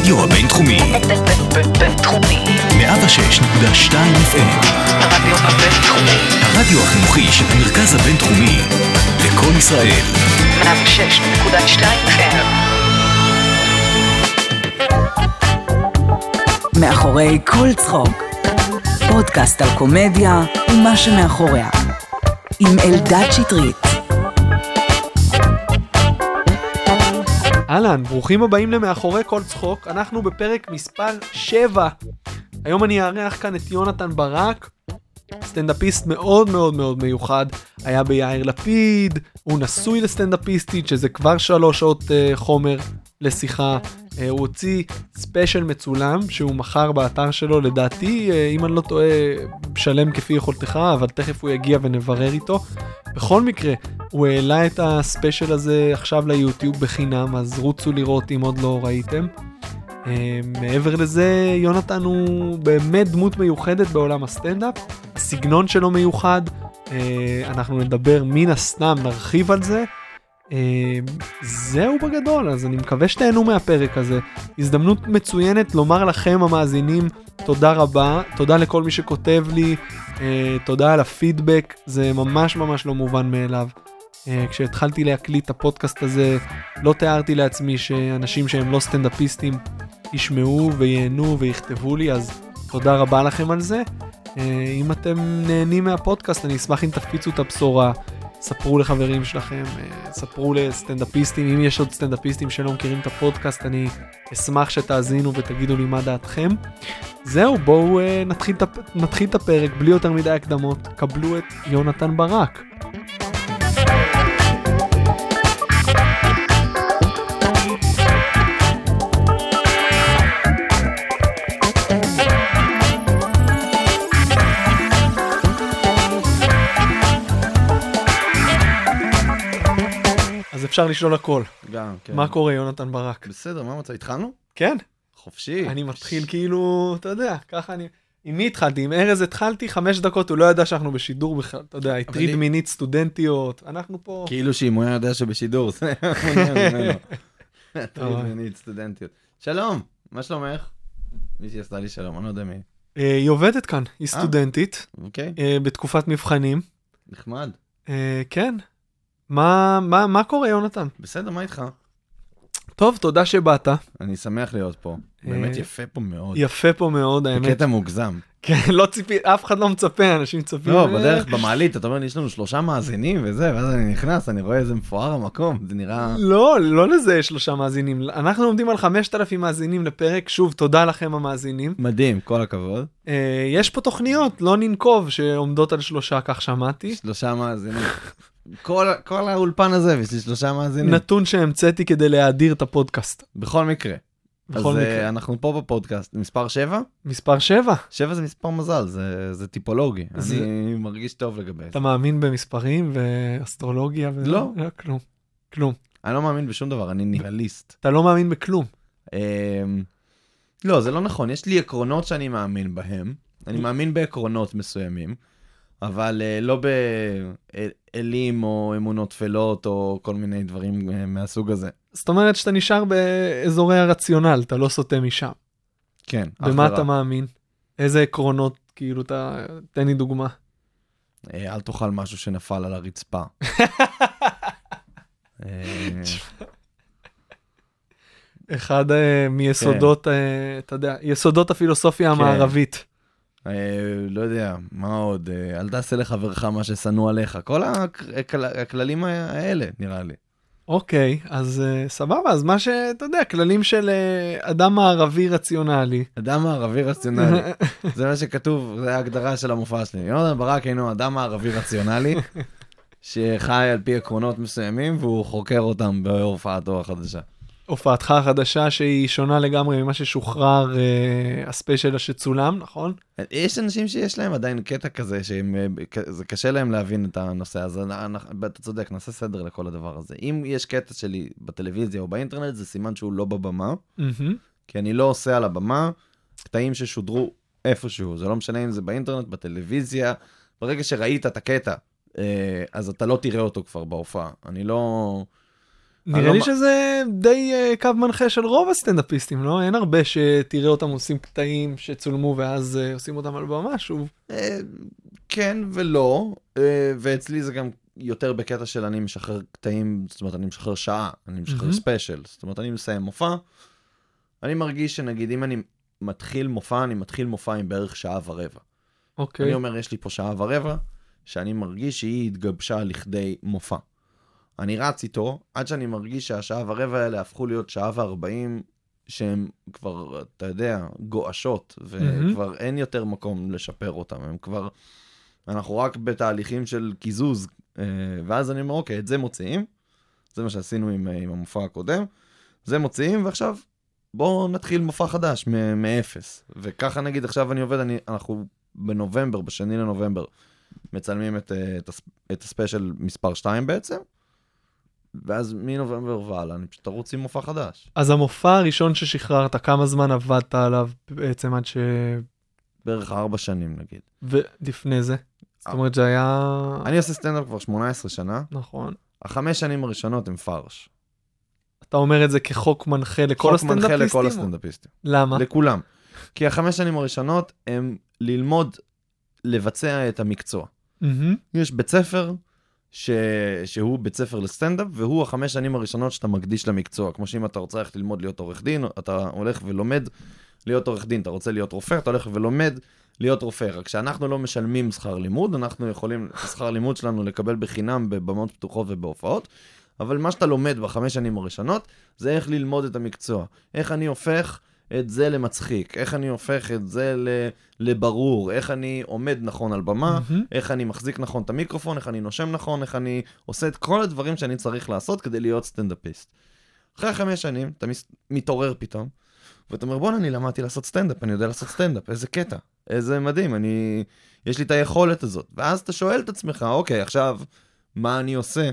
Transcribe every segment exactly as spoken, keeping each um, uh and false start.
הרדיו הבינתחומי. בינתחומי. מאה ושש נקודה שתיים אף אם. הרדיו הבינתחומי. הרדיו החינוכי של המרכז הבינתחומי. לקול ישראל. מאה ושש נקודה שתיים אף אם. מאחורי כל צחוק. פודקאסט על קומדיה ומה שמאחוריה. עם אלדד שטרית. אהלן, ברוכים הבאים למאחורי כל צחוק, אנחנו בפרק מספר שבע. היום אני אארח כאן את יונתן ברק, סטנדאפיסט מאוד מאוד מאוד מיוחד, היה ביאיר לפיד, הוא נשוי לסטנדאפיסטית, שזה כבר שלוש שעות uh, חומר לשיחה, uh, הוא הוציא ספיישל מצולם, שהוא מכר באתר שלו, לדעתי, uh, אם אני לא טועה, שלם כפי יכולתך, אבל תכף הוא יגיע ונברר איתו. בכל מקרה, הוא העלה את הספיישל הזה עכשיו ליוטיוב בחינם, אז רוצו לראות אם עוד לא ראיתם. Uh, מעבר לזה, יונתן הוא באמת דמות מיוחדת בעולם הסטנדאפ, הסגנון שלו מיוחד, uh, אנחנו נדבר מן הסתם, נרחיב על זה. Uh, זהו בגדול, אז אני מקווה שתהנו מהפרק הזה. הזדמנות מצוינת לומר לכם המאזינים תודה רבה, תודה לכל מי שכותב לי, uh, תודה על הפידבק, זה ממש ממש לא מובן מאליו. Uh, כשהתחלתי להקליט את הפודקאסט הזה, לא תיארתי לעצמי שאנשים שהם לא סטנדאפיסטים ישמעו וייהנו ויכתבו לי, אז תודה רבה לכם על זה. Uh, אם אתם נהנים מהפודקאסט, אני אשמח אם תפיצו את הבשורה, ספרו לחברים שלכם, uh, ספרו לסטנדאפיסטים, אם יש עוד סטנדאפיסטים שלא מכירים את הפודקאסט, אני אשמח שתאזינו ותגידו לי מה דעתכם. זהו, בואו uh, נתחיל, נתחיל את הפרק בלי יותר מדי הקדמות, קבלו את יונתן ברק. אפשר לשאול הכל. גם, כן. מה קורה, יונתן ברק? בסדר, מה מצא? התחלנו? כן. חופשי. אני מתחיל כאילו, אתה יודע, ככה אני... עם מי התחלתי? עם ארז התחלתי, חמש דקות, הוא לא ידע שאנחנו בשידור בכלל, אתה יודע, הטריד מינית סטודנטיות, אנחנו פה... כאילו שאם הוא יודע שבשידור, זה ממנו. הטריד מינית סטודנטיות. שלום, מה שלומך? מישהי עשתה לי שלום, אני לא יודע מי. היא עובדת כאן, היא סטודנטית. אוקיי. בתקופת מבחנים. נחמד. כן. מה, מה, מה קורה, יונתן? בסדר, מה איתך? טוב, תודה שבאת. אני שמח להיות פה. באמת יפה פה מאוד. יפה פה מאוד, האמת. בקטע מוגזם. כן, לא ציפי, אף אחד לא מצפה, אנשים צפים. לא, בדרך במעלית, אתה אומר, יש לנו שלושה מאזינים וזה, ואז אני נכנס, אני רואה איזה מפואר המקום, זה נראה... לא, לא לזה שלושה מאזינים. אנחנו עומדים על חמשת אלפים מאזינים לפרק, שוב, תודה לכם המאזינים. מדהים, כל הכבוד. יש פה תוכניות, לא ננקוב, שעומדות על שלושה, כך שמעתי. שלושה מאזינים. כל, כל האולפן הזה, יש לי שלושה מאזינים. נתון שהמצאתי כדי להאדיר את הפודקאסט. בכל מקרה. בכל אז מקרה. אנחנו פה בפודקאסט. מספר שבע? מספר שבע. שבע זה מספר מזל, זה, זה טיפולוגי. זה... אני מרגיש טוב לגבי זה. אתה מאמין במספרים ואסטרולוגיה? ו... לא. לא, כלום. כלום. אני לא מאמין בשום דבר, אני ניהליסט. אתה לא מאמין בכלום. לא, זה לא נכון. יש לי עקרונות שאני מאמין בהם. אני מאמין בעקרונות מסוימים. אבל uh, לא באלים או אמונות תפלות או כל מיני דברים uh, מהסוג הזה. זאת אומרת שאתה נשאר באזורי הרציונל, אתה לא סוטה משם. כן. במה אתה מאמין? איזה עקרונות, כאילו, אתה... תן לי דוגמה. Uh, אל תאכל משהו שנפל על הרצפה. uh, אחד uh, מיסודות, כן. uh, אתה יודע, יסודות הפילוסופיה כן. המערבית. Uh, לא יודע, מה עוד? Uh, אל תעשה לחברך מה ששנוא עליך. כל הכל... הכללים האלה, נראה לי. אוקיי, אז uh, סבבה, אז מה שאתה יודע, כללים של uh, אדם מערבי רציונלי. אדם מערבי רציונלי. זה מה שכתוב, זה ההגדרה של המופע שלי. יונתן ברק אינו אדם מערבי רציונלי, שחי על פי עקרונות מסוימים, והוא חוקר אותם בהופעתו החדשה. הופעתך החדשה שהיא שונה לגמרי ממה ששוחרר אה, הספיישל שצולם, נכון? יש אנשים שיש להם עדיין קטע כזה, שזה קשה להם להבין את הנושא הזה, אתה צודק, נעשה סדר לכל הדבר הזה. אם יש קטע שלי בטלוויזיה או באינטרנט, זה סימן שהוא לא בבמה, Mm-hmm. כי אני לא עושה על הבמה קטעים ששודרו איפשהו, זה לא משנה אם זה באינטרנט, בטלוויזיה, ברגע שראית את הקטע, אז אתה לא תראה אותו כבר בהופעה. אני לא... נראה לי שזה די קו מנחה של רוב הסטנדאפיסטים, לא? אין הרבה שתראה אותם עושים קטעים שצולמו ואז עושים אותם על במה שוב. כן ולא, ואצלי זה גם יותר בקטע של אני משחרר קטעים, זאת אומרת אני משחרר שעה, אני משחרר ספיישל, זאת אומרת אני מסיים מופע, אני מרגיש שנגיד אם אני מתחיל מופע, אני מתחיל מופע עם בערך שעה ורבע. אוקיי. אני אומר יש לי פה שעה ורבע, שאני מרגיש שהיא התגבשה לכדי מופע. אני רץ איתו, עד שאני מרגיש שהשעה ורבע האלה הפכו להיות שעה וארבעים, שהן כבר, אתה יודע, גואשות, וכבר אין יותר מקום לשפר אותם. הם כבר, אנחנו רק בתהליכים של קיזוז, ואז אני אומר, אוקיי, את זה מוציאים, זה מה שעשינו עם, עם המופע הקודם, זה מוציאים, ועכשיו בואו נתחיל מופע חדש, מאפס. וככה נגיד, עכשיו אני עובד, אני, אנחנו בנובמבר, בשני לנובמבר, מצלמים את, את, את הספיישל מספר שתיים בעצם, ואז מנובמבר ועלה, אני פשוט ארוץ עם מופע חדש. אז המופע הראשון ששחררת, כמה זמן עבדת עליו בעצם עד ש... בערך ארבע שנים נגיד. ולפני זה? זאת אומרת זה היה... אני עושה סטנדאפ כבר שמונה עשרה שנה. נכון. החמש שנים הראשונות הם פרש. אתה אומר את זה כחוק מנחה לכל הסטנדאפיסטים? חוק מנחה לכל הסטנדאפיסטים. למה? לכולם. כי החמש שנים הראשונות הם ללמוד לבצע את המקצוע. יש בית ספר ש... שהוא בית ספר לסטנדאפ, והוא החמש שנים הראשונות שאתה מקדיש למקצוע. כמו שאם אתה רוצה ללכת ללמוד להיות עורך דין, אתה הולך ולומד להיות עורך דין, אתה רוצה להיות רופא, אתה הולך ולומד להיות רופא. רק שאנחנו לא משלמים שכר לימוד, אנחנו יכולים את שכר לימוד שלנו לקבל בחינם בבמות פתוחות ובהופעות, אבל מה שאתה לומד בחמש שנים הראשונות, זה איך ללמוד את המקצוע. איך אני הופך את זה למצחיק, איך אני הופך את זה לברור, איך אני עומד נכון על במה, mm-hmm. איך אני מחזיק נכון את המיקרופון, איך אני נושם נכון, איך אני עושה את כל הדברים שאני צריך לעשות כדי להיות סטנדאפיסט. אחרי חמש שנים, אתה מתעורר פתאום, ואתה אומר, בוא, אני למדתי לעשות סטנדאפ, אני יודע לעשות סטנדאפ, איזה קטע, איזה מדהים, אני, יש לי את היכולת הזאת. ואז אתה שואל את עצמך, אוקיי, עכשיו, מה אני עושה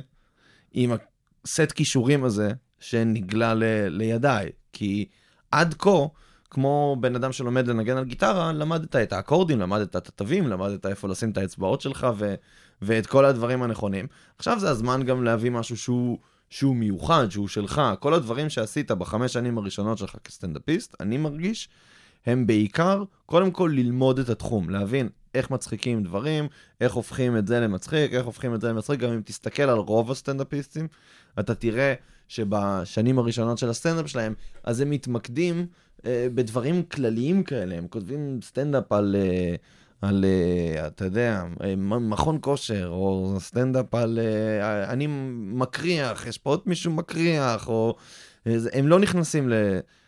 עם הסט קישורים הזה שנגלה ל, לידיי? כי עד כה, כמו בן אדם שלומד לנגן על גיטרה, למדת את האקורדים, למדת את התווים, למדת איפה לשים את האצבעות שלך ו- ואת כל הדברים הנכונים. עכשיו זה הזמן גם להביא משהו שהוא, שהוא מיוחד, שהוא שלך. כל הדברים שעשית בחמש שנים הראשונות שלך כסטנדאפיסט, אני מרגיש, הם בעיקר, קודם כל ללמוד את התחום, להבין איך מצחיקים דברים, איך הופכים את זה למצחיק, איך הופכים את זה למצחיק. גם אם תסתכל על רוב הסטנדאפיסטים, אתה תראה שבשנים הראשונות של הסטנדאפ שלהם, אז הם מתמקדים אה, בדברים כלליים כאלה, הם כותבים סטנדאפ על, אה, על אה, אתה יודע, אה, מכון כושר, או סטנדאפ על, אה, אני מקריח, יש פה עוד מישהו מקריח, או, אה, הם לא נכנסים ל...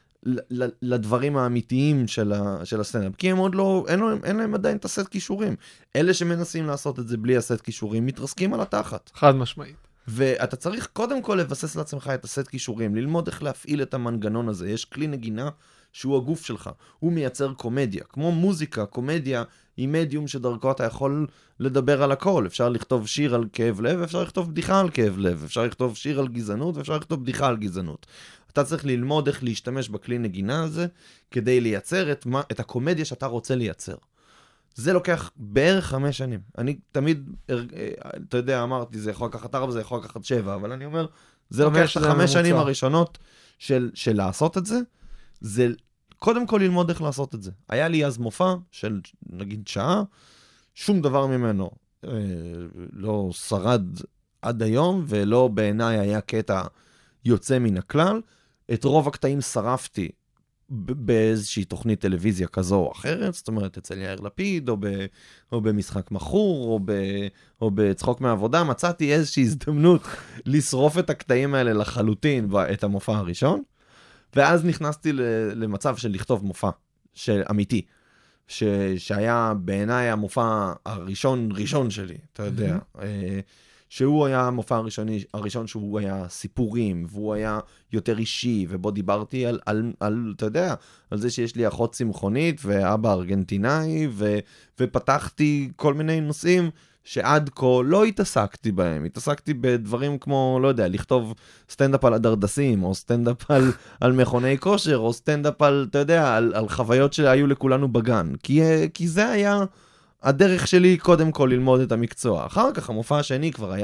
לדברים האמיתיים של, ה, של הסטנדאפ, כי הם עוד לא, אין להם, אין להם עדיין את הסט קישורים. אלה שמנסים לעשות את זה בלי הסט קישורים, מתרסקים על התחת. חד משמעית. ואתה צריך קודם כל לבסס לעצמך את הסט קישורים, ללמוד איך להפעיל את המנגנון הזה. יש כלי נגינה שהוא הגוף שלך, הוא מייצר קומדיה. כמו מוזיקה, קומדיה היא מדיום שדרכו אתה יכול לדבר על הכל. אפשר לכתוב שיר על כאב לב, אפשר לכתוב בדיחה על כאב לב, אפשר לכתוב שיר על גזענות, ואפשר לכתוב בדיחה על גזענות. אתה צריך ללמוד איך להשתמש בכלי נגינה הזה, כדי לייצר את, מה, את הקומדיה שאתה רוצה לייצר. זה לוקח בערך חמש שנים. אני תמיד, אתה יודע, אמרתי, זה יכול לקחת ארבע, זה יכול לקחת שבע, אבל אני אומר, זה לוקח את החמש שנים הראשונות של, של לעשות את זה, זה קודם כל ללמוד איך לעשות את זה. היה לי אז מופע של, נגיד, שעה, שום דבר ממנו אה, לא שרד עד היום, ולא בעיניי היה קטע יוצא מן הכלל. את רוב הקטעים שרפתי באיזושהי תוכנית טלוויזיה כזו או אחרת, זאת אומרת, אצל יאיר לפיד, או, ב, או במשחק מחור, או, ב, או בצחוק מהעבודה, מצאתי איזושהי הזדמנות לשרוף את הקטעים האלה לחלוטין, את המופע הראשון, ואז נכנסתי למצב של לכתוב מופע, של אמיתי, ש, שהיה בעיניי המופע הראשון ראשון שלי, אתה יודע, שהוא היה המופע הראשוני, הראשון שהוא היה סיפורים, והוא היה יותר אישי, ובו דיברתי על, על, על, אתה יודע, על זה שיש לי אחות צמחונית, ואבא ארגנטינאי, ו, ופתחתי כל מיני נושאים, שעד כה לא התעסקתי בהם. התעסקתי בדברים כמו, לא יודע, לכתוב סטנדאפ על הדרדסים, או סטנדאפ על, על מכוני כושר, או סטנדאפ על, אתה יודע, על, על חוויות שהיו לכולנו בגן. כי, כי זה היה הדרך שלי קודם כל ללמוד את המקצוע. אחר כך המופע השני כבר היה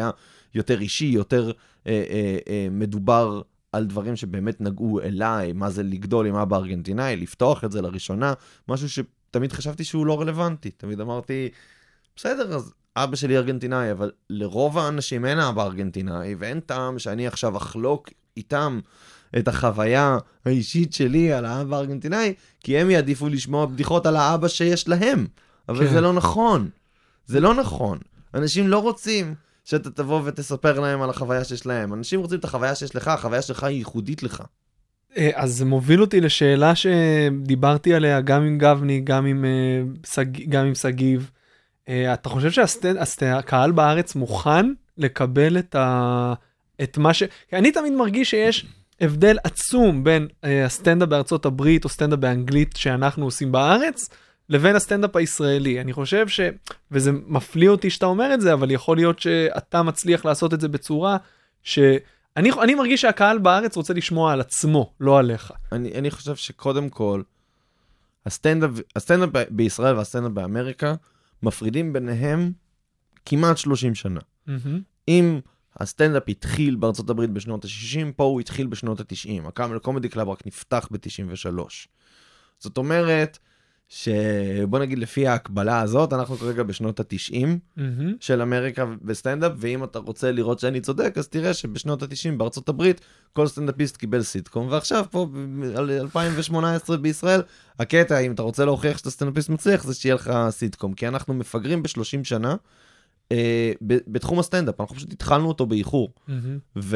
יותר אישי, יותר אה, אה, אה, מדובר על דברים שבאמת נגעו אליי, מה זה לגדול עם אבא ארגנטינאי, לפתוח את זה לראשונה, משהו שתמיד חשבתי שהוא לא רלוונטי. תמיד אמרתי, בסדר, אז אבא שלי ארגנטינאי, אבל לרוב האנשים אין אבא ארגנטינאי, ואין טעם שאני עכשיו אחלוק איתם את החוויה האישית שלי על האבא הארגנטינאי, כי הם יעדיפו לשמוע בדיחות על האבא שיש להם. אבל כן. זה לא נכון. זה לא נכון. אנשים לא רוצים שאתה תבוא ותספר להם על החוויה שיש להם. אנשים רוצים את החוויה שיש לך, החוויה שלך היא ייחודית לך. אז זה מוביל אותי לשאלה שדיברתי עליה גם עם גבני, גם עם, גם עם סגיב. אתה חושב שהקהל בארץ מוכן לקבל את, ה... את מה ש... כי אני תמיד מרגיש שיש הבדל עצום בין הסטנדאפ בארצות הברית או סטנדאפ באנגלית שאנחנו עושים בארץ, לבין הסטנדאפ הישראלי. אני חושב ש... וזה מפליא אותי שאתה אומר את זה, אבל יכול להיות שאתה מצליח לעשות את זה בצורה ש... אני, אני מרגיש שהקהל בארץ רוצה לשמוע על עצמו, לא עליך. אני, אני חושב שקודם כל, הסטנדאפ, הסטנדאפ ב- בישראל והסטנדאפ באמריקה, מפרידים ביניהם כמעט שלושים שנה. Mm-hmm. אם הסטנדאפ התחיל בארצות הברית בשנות ה-שישים, פה הוא התחיל בשנות ה-תשעים. הקאמל קומדי קלאב רק נפתח ב-תשעים ושלוש. זאת אומרת, שבוא נגיד לפי ההקבלה הזאת, אנחנו כרגע בשנות ה-תשעים mm-hmm. של אמריקה בסטנדאפ, ואם אתה רוצה לראות שאני צודק, אז תראה שבשנות ה-תשעים בארצות הברית, כל סטנדאפיסט קיבל סיטקום, ועכשיו פה ב-אלפיים ושמונה עשרה בישראל, הקטע, אם אתה רוצה להוכיח שאתה סטנדאפיסט מצליח, זה שיהיה לך סיטקום, כי אנחנו מפגרים ב-שלושים שנה, אה, ב- בתחום הסטנדאפ, אנחנו פשוט התחלנו אותו באיחור, mm-hmm. ו...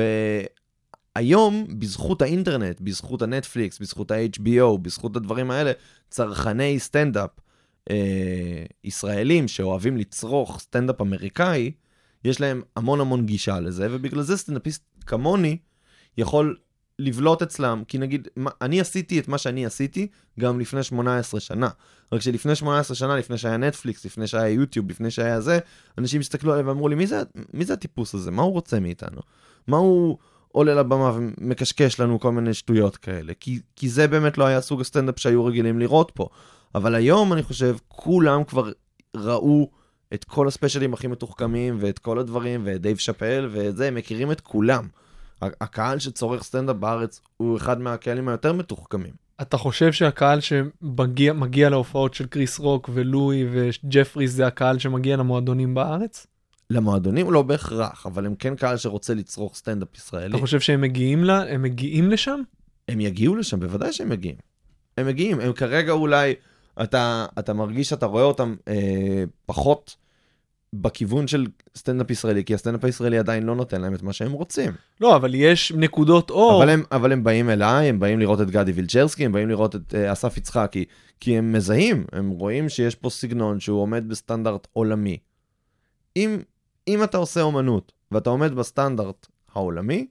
היום, בזכות האינטרנט, בזכות הנטפליקס, בזכות ה-אייץ' בי או, בזכות הדברים האלה, צרכני סטנדאפ אה, ישראלים שאוהבים לצרוך סטנדאפ אמריקאי, יש להם המון המון גישה לזה, ובגלל זה סטנדאפיסט כמוני יכול לבלוט אצלם, כי נגיד, מה, אני עשיתי את מה שאני עשיתי גם לפני שמונה עשרה שנה. רק שלפני שמונה עשרה שנה, לפני שהיה נטפליקס, לפני שהיה יוטיוב, לפני שהיה זה, אנשים הסתכלו עליהם ואמרו לי, מי זה, מי זה הטיפוס הזה? מה הוא רוצה מאיתנו? מה הוא... עולה לבמה ומקשקש לנו כל מיני שטויות כאלה, כי, כי זה באמת לא היה סוג הסטנדאפ שהיו רגילים לראות פה. אבל היום אני חושב, כולם כבר ראו את כל הספיישלים הכי מתוחכמים, ואת כל הדברים, ואת דייב שאפל, ואת זה, הם מכירים את כולם. הקהל שצורך סטנדאפ בארץ, הוא אחד מהקהלים היותר מתוחכמים. אתה חושב שהקהל שמגיע מגיע להופעות של קריס רוק ולואי וג'פריס, זה הקהל שמגיע למועדונים בארץ? למועדונים הוא לא בהכרח, אבל הם כן קהל שרוצה לצרוך סטנדאפ ישראלי. אתה חושב שהם מגיעים לה, הם מגיעים לשם? הם יגיעו לשם, בוודאי שהם מגיעים. הם מגיעים, הם כרגע אולי, אתה, אתה מרגיש שאתה רואה אותם אה, פחות בכיוון של סטנדאפ ישראלי, כי הסטנדאפ הישראלי עדיין לא נותן להם את מה שהם רוצים. לא, אבל יש נקודות אור. אבל הם, אבל הם באים אליי, הם באים לראות את גדי וילצ'רסקי, הם באים לראות את אה, אסף יצחקי, כי הם מזהים, הם רואים שיש פה סגנון שהוא עומד בסטנדרט עולמי. אם אם אתה עושה אומנות, ואתה עומד בסטנדרט העולמי,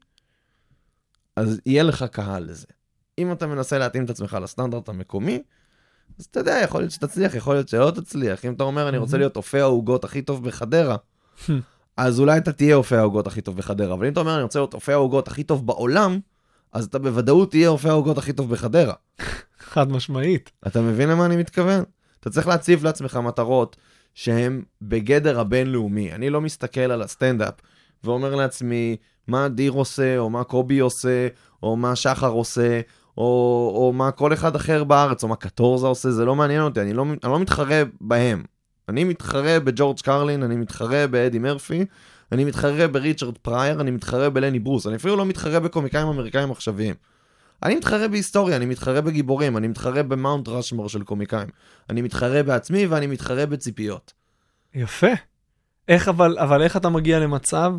אז יהיה לך קהל לזה. אם אתה מנסה להתאים את עצמך לסטנדרט המקומי, אז אתה יודע, יכול להיות שתצליח, יכול להיות שלא תצליח. אם אתה אומר, אני רוצה להיות אופה ההוגות הכי טוב בחדרה, אז אולי אתה תהיה אופה ההוגות הכי טוב בחדרה. אבל אם אתה אומר, אני רוצה להיות אופה ההוגות הכי טוב בעולם, אז אתה בוודאות תהיה אופה ההוגות הכי טוב בחדרה. חד משמעית. אתה מבין למה אני מתכוון? אתה צריך להציב לעצמך מטרות, שהם בגדר הבינלאומי. אני לא מסתכל על הסטנדאפ ואומר לעצמי מה דיר עושה, או מה קובי עושה, או מה שחר עושה, או, או מה כל אחד אחר בארץ, או מה קטורזה עושה, זה לא מעניין אותי, אני לא, אני לא מתחרה בהם. אני מתחרה בג'ורג' קרלין, אני מתחרה באדי מרפי, אני מתחרה בריצ'רד פרייר, אני מתחרה בלני ברוס, אני אפילו לא מתחרה בקומיקאים אמריקאים עכשוויים. אני מתחרה בהיסטוריה, אני מתחרה בגיבורים, אני מתחרה במאונט רשמור של קומיקאים. אני מתחרה בעצמי ואני מתחרה בציפיות. יפה. איך אבל, אבל איך אתה מגיע למצב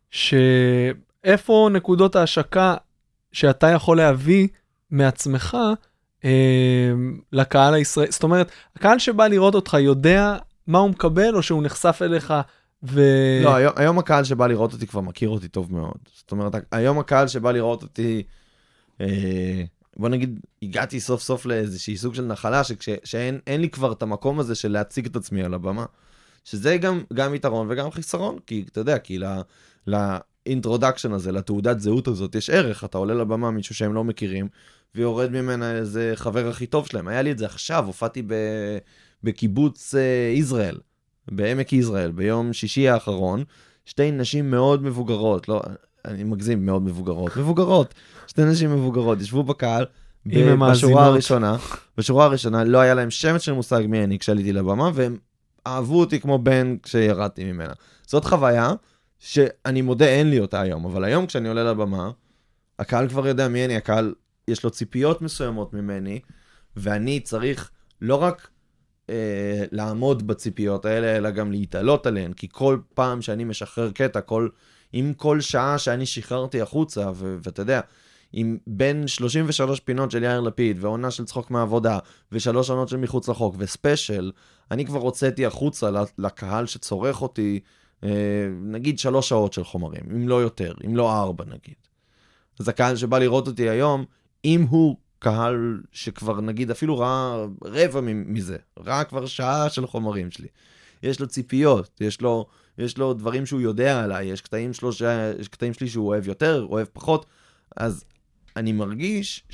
שאיפה נקודות ההשקה שאתה יכול להביא מעצמך אה, לקהל הישראלי? זאת אומרת, הקהל שבא לראות אותך יודע מה הוא מקבל או שהוא נחשף אליך ו... לא, היום, היום הקהל שבא לראות אותי כבר מכיר אותי טוב מאוד. זאת אומרת, היום הקהל שבא לראות אותי... בוא נגיד, הגעתי סוף סוף לאיזושהי סוג של נחלה, שאין אין לי כבר את המקום הזה של להציג את עצמי על הבמה, שזה גם, גם יתרון וגם חיסרון, כי אתה יודע, כי לאינטרודקשן הזה, לתעודת זהות הזאת, יש ערך, אתה עולה לבמה מישהו שהם לא מכירים, ויורד ממנה איזה חבר הכי טוב שלהם. היה לי את זה עכשיו, הופעתי בקיבוץ ישראל, בעמק ישראל, ביום שישי האחרון, שתי נשים מאוד מבוגרות, לא, אני מגזים מאוד מבוגרות, מבוגרות, שתי נשים מבוגרות, ישבו בקהל, בשורה הראשונה, בשורה הראשונה לא היה להם שמץ של מושג מי אני כשעליתי לבמה, והם אהבו אותי כמו בן כשירדתי ממנה. זאת חוויה שאני מודה אין לי אותה היום, אבל היום כשאני עולה לבמה, הקהל כבר יודע מי אני, הקהל יש לו ציפיות מסוימות ממני, ואני צריך לא רק אה, לעמוד בציפיות האלה, אלא גם להתעלות עליהן, כי כל פעם שאני משחרר קטע, כל, עם כל שעה שאני שחררתי החוצה, ו- ואתה יודע, עם בין שלושים ושלוש פינות של יאיר לפיד, ועונה של צחוק מהעבודה, ושלוש עונות של מחוץ לחוק, וספיישל, אני כבר הוצאתי החוצה לקהל שצורך אותי, אה, נגיד שלוש שעות של חומרים, אם לא יותר, אם לא ארבע נגיד. אז הקהל שבא לראות אותי היום, אם הוא קהל שכבר נגיד אפילו ראה רבע מזה, ראה כבר שעה של חומרים שלי. יש לו ציפיות, יש לו, יש לו דברים שהוא יודע עליי, יש קטעים, שלוש, יש קטעים שלי שהוא אוהב יותר, אוהב פחות, אז אני מרגיש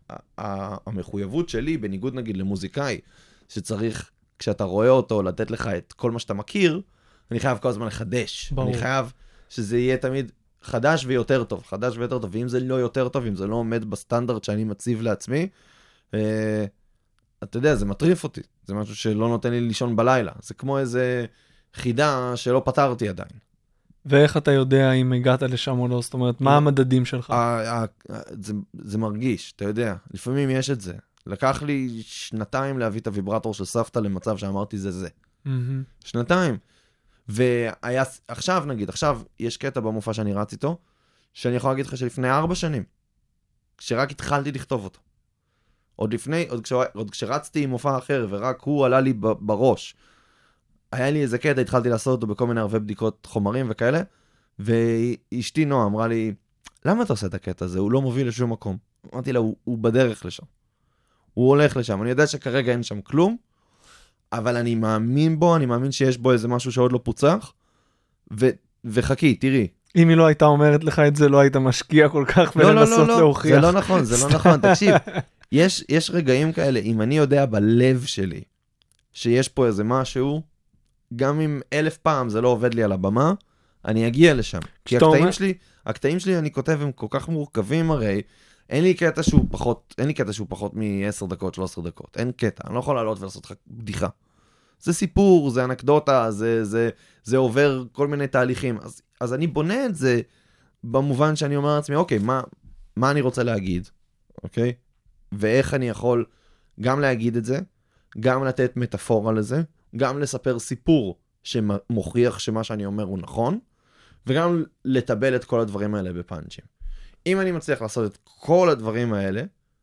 שהמחויבות שלי, בניגוד נגיד למוזיקאי, שצריך, כשאתה רואה אותו, לתת לך את כל מה שאתה מכיר, אני חייב כל הזמן לחדש. ברור. אני חייב שזה יהיה תמיד חדש ויותר טוב, חדש ויותר טוב, ואם זה לא יותר טוב, אם זה לא עומד בסטנדרט שאני מציב לעצמי, אה, אתה יודע, זה מטריף אותי, זה משהו שלא נותן לי לישון בלילה, זה כמו איזה חידה שלא פתרתי עדיין. ואיך אתה יודע אם הגעת לשם או לא? זאת אומרת, מה המדדים שלך? זה, זה מרגיש, אתה יודע, לפעמים יש את זה. לקח לי שנתיים להביא את הוויברטור של סבתא למצב שאמרתי זה זה. שנתיים. והיה, עכשיו נגיד, עכשיו יש קטע במופע שאני רץ איתו, שאני יכול להגיד לך שלפני ארבע שנים, כשרק התחלתי לכתוב אותו. עוד לפני, עוד, כש, עוד כשרצתי עם מופע אחר, ורק הוא עלה לי בראש, היה לי איזה קטע, התחלתי לעשות אותו בכל מיני הרבה בדיקות חומרים וכאלה, ואשתי נועה אמרה לי, למה אתה עושה את הקטע הזה? הוא לא מוביל לשום מקום. אמרתי לה, הוא, הוא בדרך לשם. הוא הולך לשם. אני יודע שכרגע אין שם כלום, אבל אני מאמין בו, אני מאמין שיש בו איזה משהו שעוד לא פוצח, ו, וחכי, תראי. אם היא לא הייתה אומרת לך את זה, לא היית משקיע כל כך לא, ולנסות לא, לא, להוכיח. זה לא נכון, זה לא נכון. תקשיב, יש, יש רגעים כאלה, אם אני יודע בלב שלי, שיש פה איזה משהו, גם אם אלף פעם זה לא עובד לי על הבמה, אני אגיע לשם. כי הקטעים אומר... שלי, הקטעים שלי אני כותב הם כל כך מורכבים הרי, אין לי קטע שהוא פחות, אין לי קטע שהוא פחות מ-עשר דקות, שלוש עשרה דקות. אין קטע, אני לא יכול לעלות ולעשות לך בדיחה. זה סיפור, זה אנקדוטה, זה, זה, זה עובר כל מיני תהליכים. אז, אז אני בונה את זה במובן שאני אומר לעצמי, אוקיי, מה, מה אני רוצה להגיד? אוקיי? ואיך אני יכול גם להגיד את זה, גם לתת מטאפורה לזה, גם לספר סיפור שמוכיח שמה שאני אומר הוא נכון, וגם לטבל את כל הדברים האלה בפאנצ'ים. אם אני מצליח לעשות את כל הדברים האלה,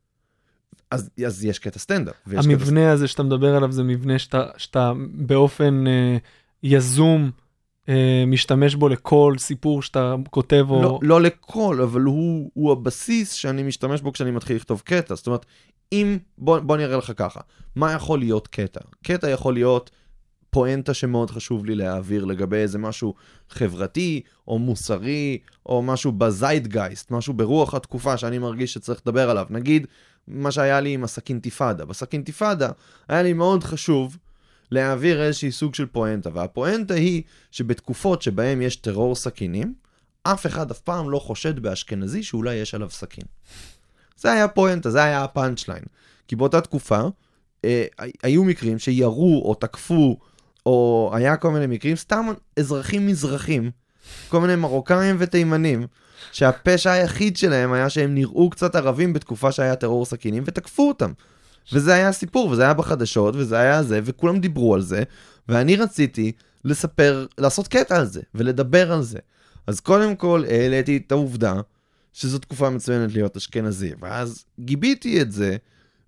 אז, אז יש קטע סטנדאפ. המבנה קטע... הזה שאתה מדבר עליו זה מבנה שאתה, שאתה באופן אה, יזום אה, משתמש בו לכל סיפור שאתה כותב או... לא, לא לכל, אבל הוא, הוא הבסיס שאני משתמש בו כשאני מתחיל לכתוב קטע. זאת אומרת, אם, בוא, בוא נראה לך ככה, מה יכול להיות קטע? קטע יכול להיות פואנטה שמאוד חשוב לי להעביר לגבי איזה משהו חברתי או מוסרי או משהו בזיידגייסט, משהו ברוח התקופה שאני מרגיש שצריך לדבר עליו. נגיד מה שהיה לי עם הסכינתיפאדה. בסכינתיפאדה היה לי מאוד חשוב להעביר איזושהי סוג של פואנטה, והפואנטה היא שבתקופות שבהם יש טרור סכינים, אף אחד אף פעם לא חושד באשכנזי שאולי יש עליו סכין. זה היה פואנטה, זה היה הפאנצ'ליין. כי באותה תקופה אה, היו מקרים שירו או תקפו, או היה כל מיני מקרים, סתם אזרחים מזרחים, כל מיני מרוקאים ותימנים, שהפשע היחיד שלהם היה שהם נראו קצת ערבים בתקופה שהיה טרור סכינים, ותקפו אותם. וזה היה סיפור, וזה היה בחדשות, וזה היה זה, וכולם דיברו על זה, ואני רציתי לספר, לעשות קטע על זה, ולדבר על זה. אז קודם כל העליתי את העובדה, שזו תקופה מצוינת להיות אשכנזי, ואז גיביתי את זה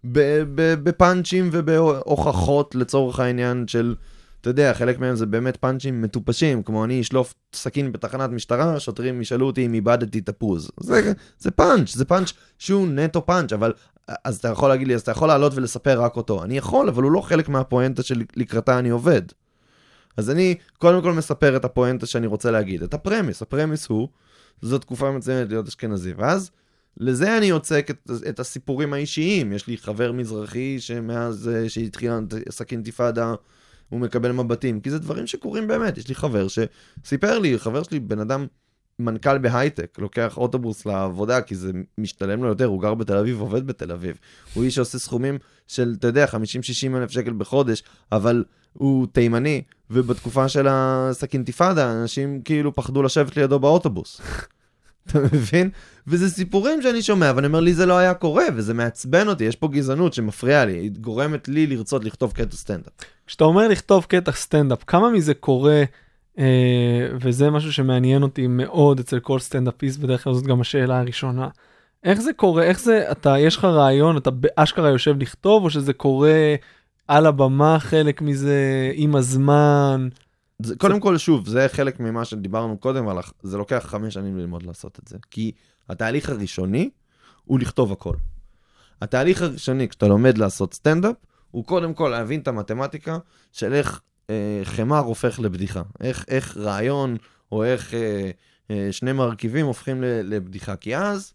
בפאנצ'ים ובהוכחות לצורך העניין של, אתה יודע, חלק מהם זה באמת פאנצ'ים מטופשים, כמו אני אשלוף סכין בתחנת משטרה, שוטרים ישאלו אותי אם איבדתי תפוז. זה, זה פאנץ', זה פאנץ' שהוא נטו פאנץ', אבל אז אתה יכול להגיד לי, אז אתה יכול לעלות ולספר רק אותו. אני יכול, אבל הוא לא חלק מהפואנטה שלקראתה אני עובד. אז אני קודם כל מספר את הפואנטה שאני רוצה להגיד, את הפרמיס. הפרמיס הוא, זו תקופה מצוינת להיות אשכנזי, ואז לזה אני יוצק את, את הסיפורים האישיים. יש לי חבר מזרחי שמאז שהתחילה סכינתיפאדה, הוא מקבל מבטים, כי זה דברים שקורים באמת. יש לי חבר שסיפר לי, חבר שלי, בן אדם מנכ"ל בהייטק, לוקח אוטובוס לעבודה, כי זה משתלם לו יותר, הוא גר בתל אביב, עובד בתל אביב. הוא איש שעושה סכומים של, אתה יודע, חמישים שישים אלף שקל בחודש, אבל הוא תימני, ובתקופה של הסכינתיפאדה, אנשים כאילו פחדו לשבת לידו באוטובוס. אתה מבין? וזה סיפורים שאני שומע, ואני אומר לי, זה לא היה קורה, וזה מעצבן אותי, יש פה גזענות שמפריעה לי, היא גורמת לי לרצות לכתוב קטע סטנדאפ. כשאתה אומר לכתוב קטע סטנדאפ, כמה מזה קורה, אה, וזה משהו שמעניין אותי מאוד אצל כל סטנדאפיסט, בדרך כלל זאת גם השאלה הראשונה. איך זה קורה? איך זה, אתה, יש לך רעיון, אתה באשכרה יושב לכתוב, או שזה קורה על הבמה, חלק מזה, עם הזמן? זה, קודם כל, שוב, זה חלק ממה שדיברנו קודם, אבל זה לוקח חמש שנים ללמוד לעשות את זה. כי התהליך הראשוני הוא לכתוב הכל. התהליך הראשוני, כשאתה לומד לעשות סטנדאפ, הוא קודם כל להבין את המתמטיקה של איך אה, חמר הופך לבדיחה. איך, איך רעיון או איך אה, אה, שני מרכיבים הופכים לבדיחה. כי אז,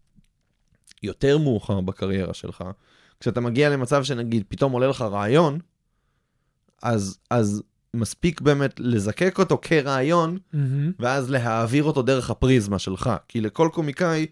יותר מאוחר בקריירה שלך, כשאתה מגיע למצב שנגיד, פתאום עולה לך רעיון, אז, אז מספיק באמת לזקק אותו כרעיון, mm-hmm. ואז להעביר אותו דרך הפריזמה שלך. כי לכל קומיקאי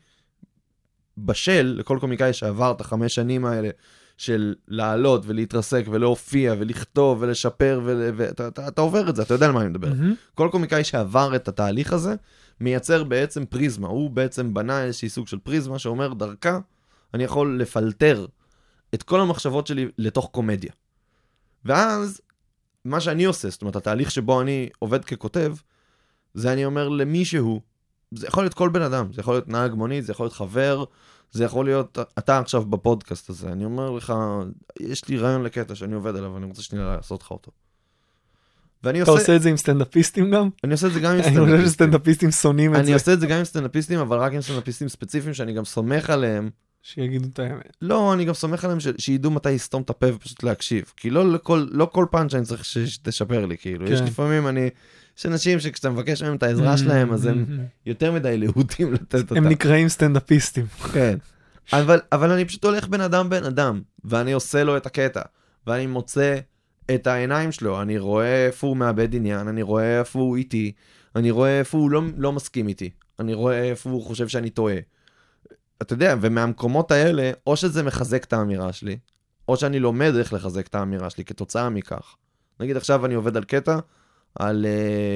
בשל, לכל קומיקאי שעבר את החמש שנים האלה, של לעלות ולהתרסק ולהופיע ולכתוב ולשפר, ואתה אתה, אתה עובר את זה, אתה יודע על מה אני מדבר. Mm-hmm. כל קומיקאי שעבר את התהליך הזה, מייצר בעצם פריזמה. הוא בעצם בנה איזושהי סוג של פריזמה, שאומר דרכה, אני יכול לפלטר את כל המחשבות שלי לתוך קומדיה. ואז, מה שאני עושה, זאת אומרת, התהליך שבו אני עובד ככותב, זה אני אומר למישהו, זה יכול להיות כל בן אדם, זה יכול להיות נהג מונית, זה יכול להיות חבר, זה יכול להיות, אתה עכשיו בפודקאסט הזה, אני אומר לך, יש לי רעיון לקטע שאני עובד עליו, ואני רוצה שנייה לעשות לך אותו. אתה עושה... עושה את זה עם סטנדאפיסטים גם? אני עושה את זה גם עם סטנדאפיסטים. אני חושב שסטנדאפיסטים שונאים את זה. אני עושה את זה גם עם סטנדאפיסטים, אבל רק עם סטנדאפיסטים ספציפיים, שאני גם סומך עליהם. שיגידו את האמת. לא, אני גם סומך עליהם ש... שידעו מתי יסתום את הפה ופשוט להקשיב. כי לא לכל, לא כל פאנץ' שאני צריך שתשפר לי, כאילו. כן. יש לפעמים אני... יש אנשים שכשאתה מבקש מהם את העזרה שלהם, אז הם יותר מדי להוטים לתת אותה. הם נקראים סטנדאפיסטים. כן. אבל, אבל אני פשוט הולך בן אדם בן אדם, ואני עושה לו את הקטע, ואני מוצא את העיניים שלו, אני רואה איפה הוא מאבד עניין, אני רואה איפה הוא איתי, אני רואה איפה הוא לא, לא מסכים איתי, אני רואה איפה הוא חושב שאני טועה. אתה יודע, ומהמקומות האלה, או שזה מחזק את האמירה שלי, או שאני לומד איך לחזק את האמירה שלי כתוצאה מכך. נגיד עכשיו אני עובד על קטע, על,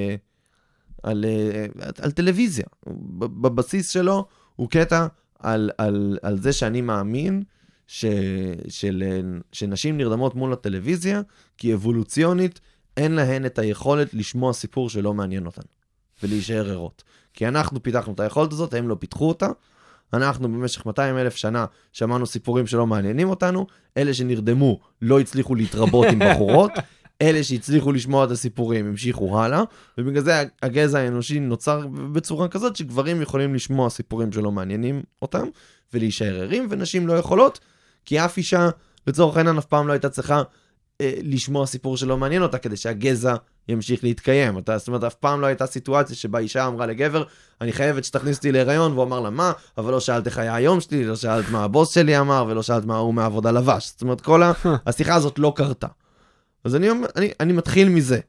על, על, על טלוויזיה. בבסיס שלו הוא קטע על, על, על זה שאני מאמין ש, של, שנשים נרדמות מול הטלוויזיה, כי אבולוציונית אין להן את היכולת לשמוע סיפור שלא מעניין אותן, ולהישאר ערות. כי אנחנו פיתחנו את היכולת הזאת, הם לא פיתחו אותה, אנחנו במשך מאתיים אלף שנה שמענו סיפורים שלא מעניינים אותנו, אלה שנרדמו לא הצליחו להתרבות עם בחורות, אלה שהצליחו לשמוע את הסיפורים המשיכו הלאה, ובגלל זה הגזע האנושי נוצר בצורה כזאת שגברים יכולים לשמוע סיפורים שלא מעניינים אותם, ולהישאר ערים, ונשים לא יכולות, כי אף אישה לצורך העניין אף פעם לא הייתה צריכה אה, לשמוע סיפור שלא מעניין אותה, כדי שהגזע ימשיך להתקיים. אתה, זאת אומרת, אף פעם לא הייתה סיטואציה שבה אישה אמרה לגבר, אני חייבת שתכניס אותי להיריון, והוא אמר לה מה, אבל לא שאלת איך היה היום שלי, לא שאלת מה הבוס שלי אמר, ולא שאלת מה הוא מהעבודה לבש. זאת אומרת, כל השיחה הזאת לא קרתה. אז אני, אני, אני מתחיל מזה.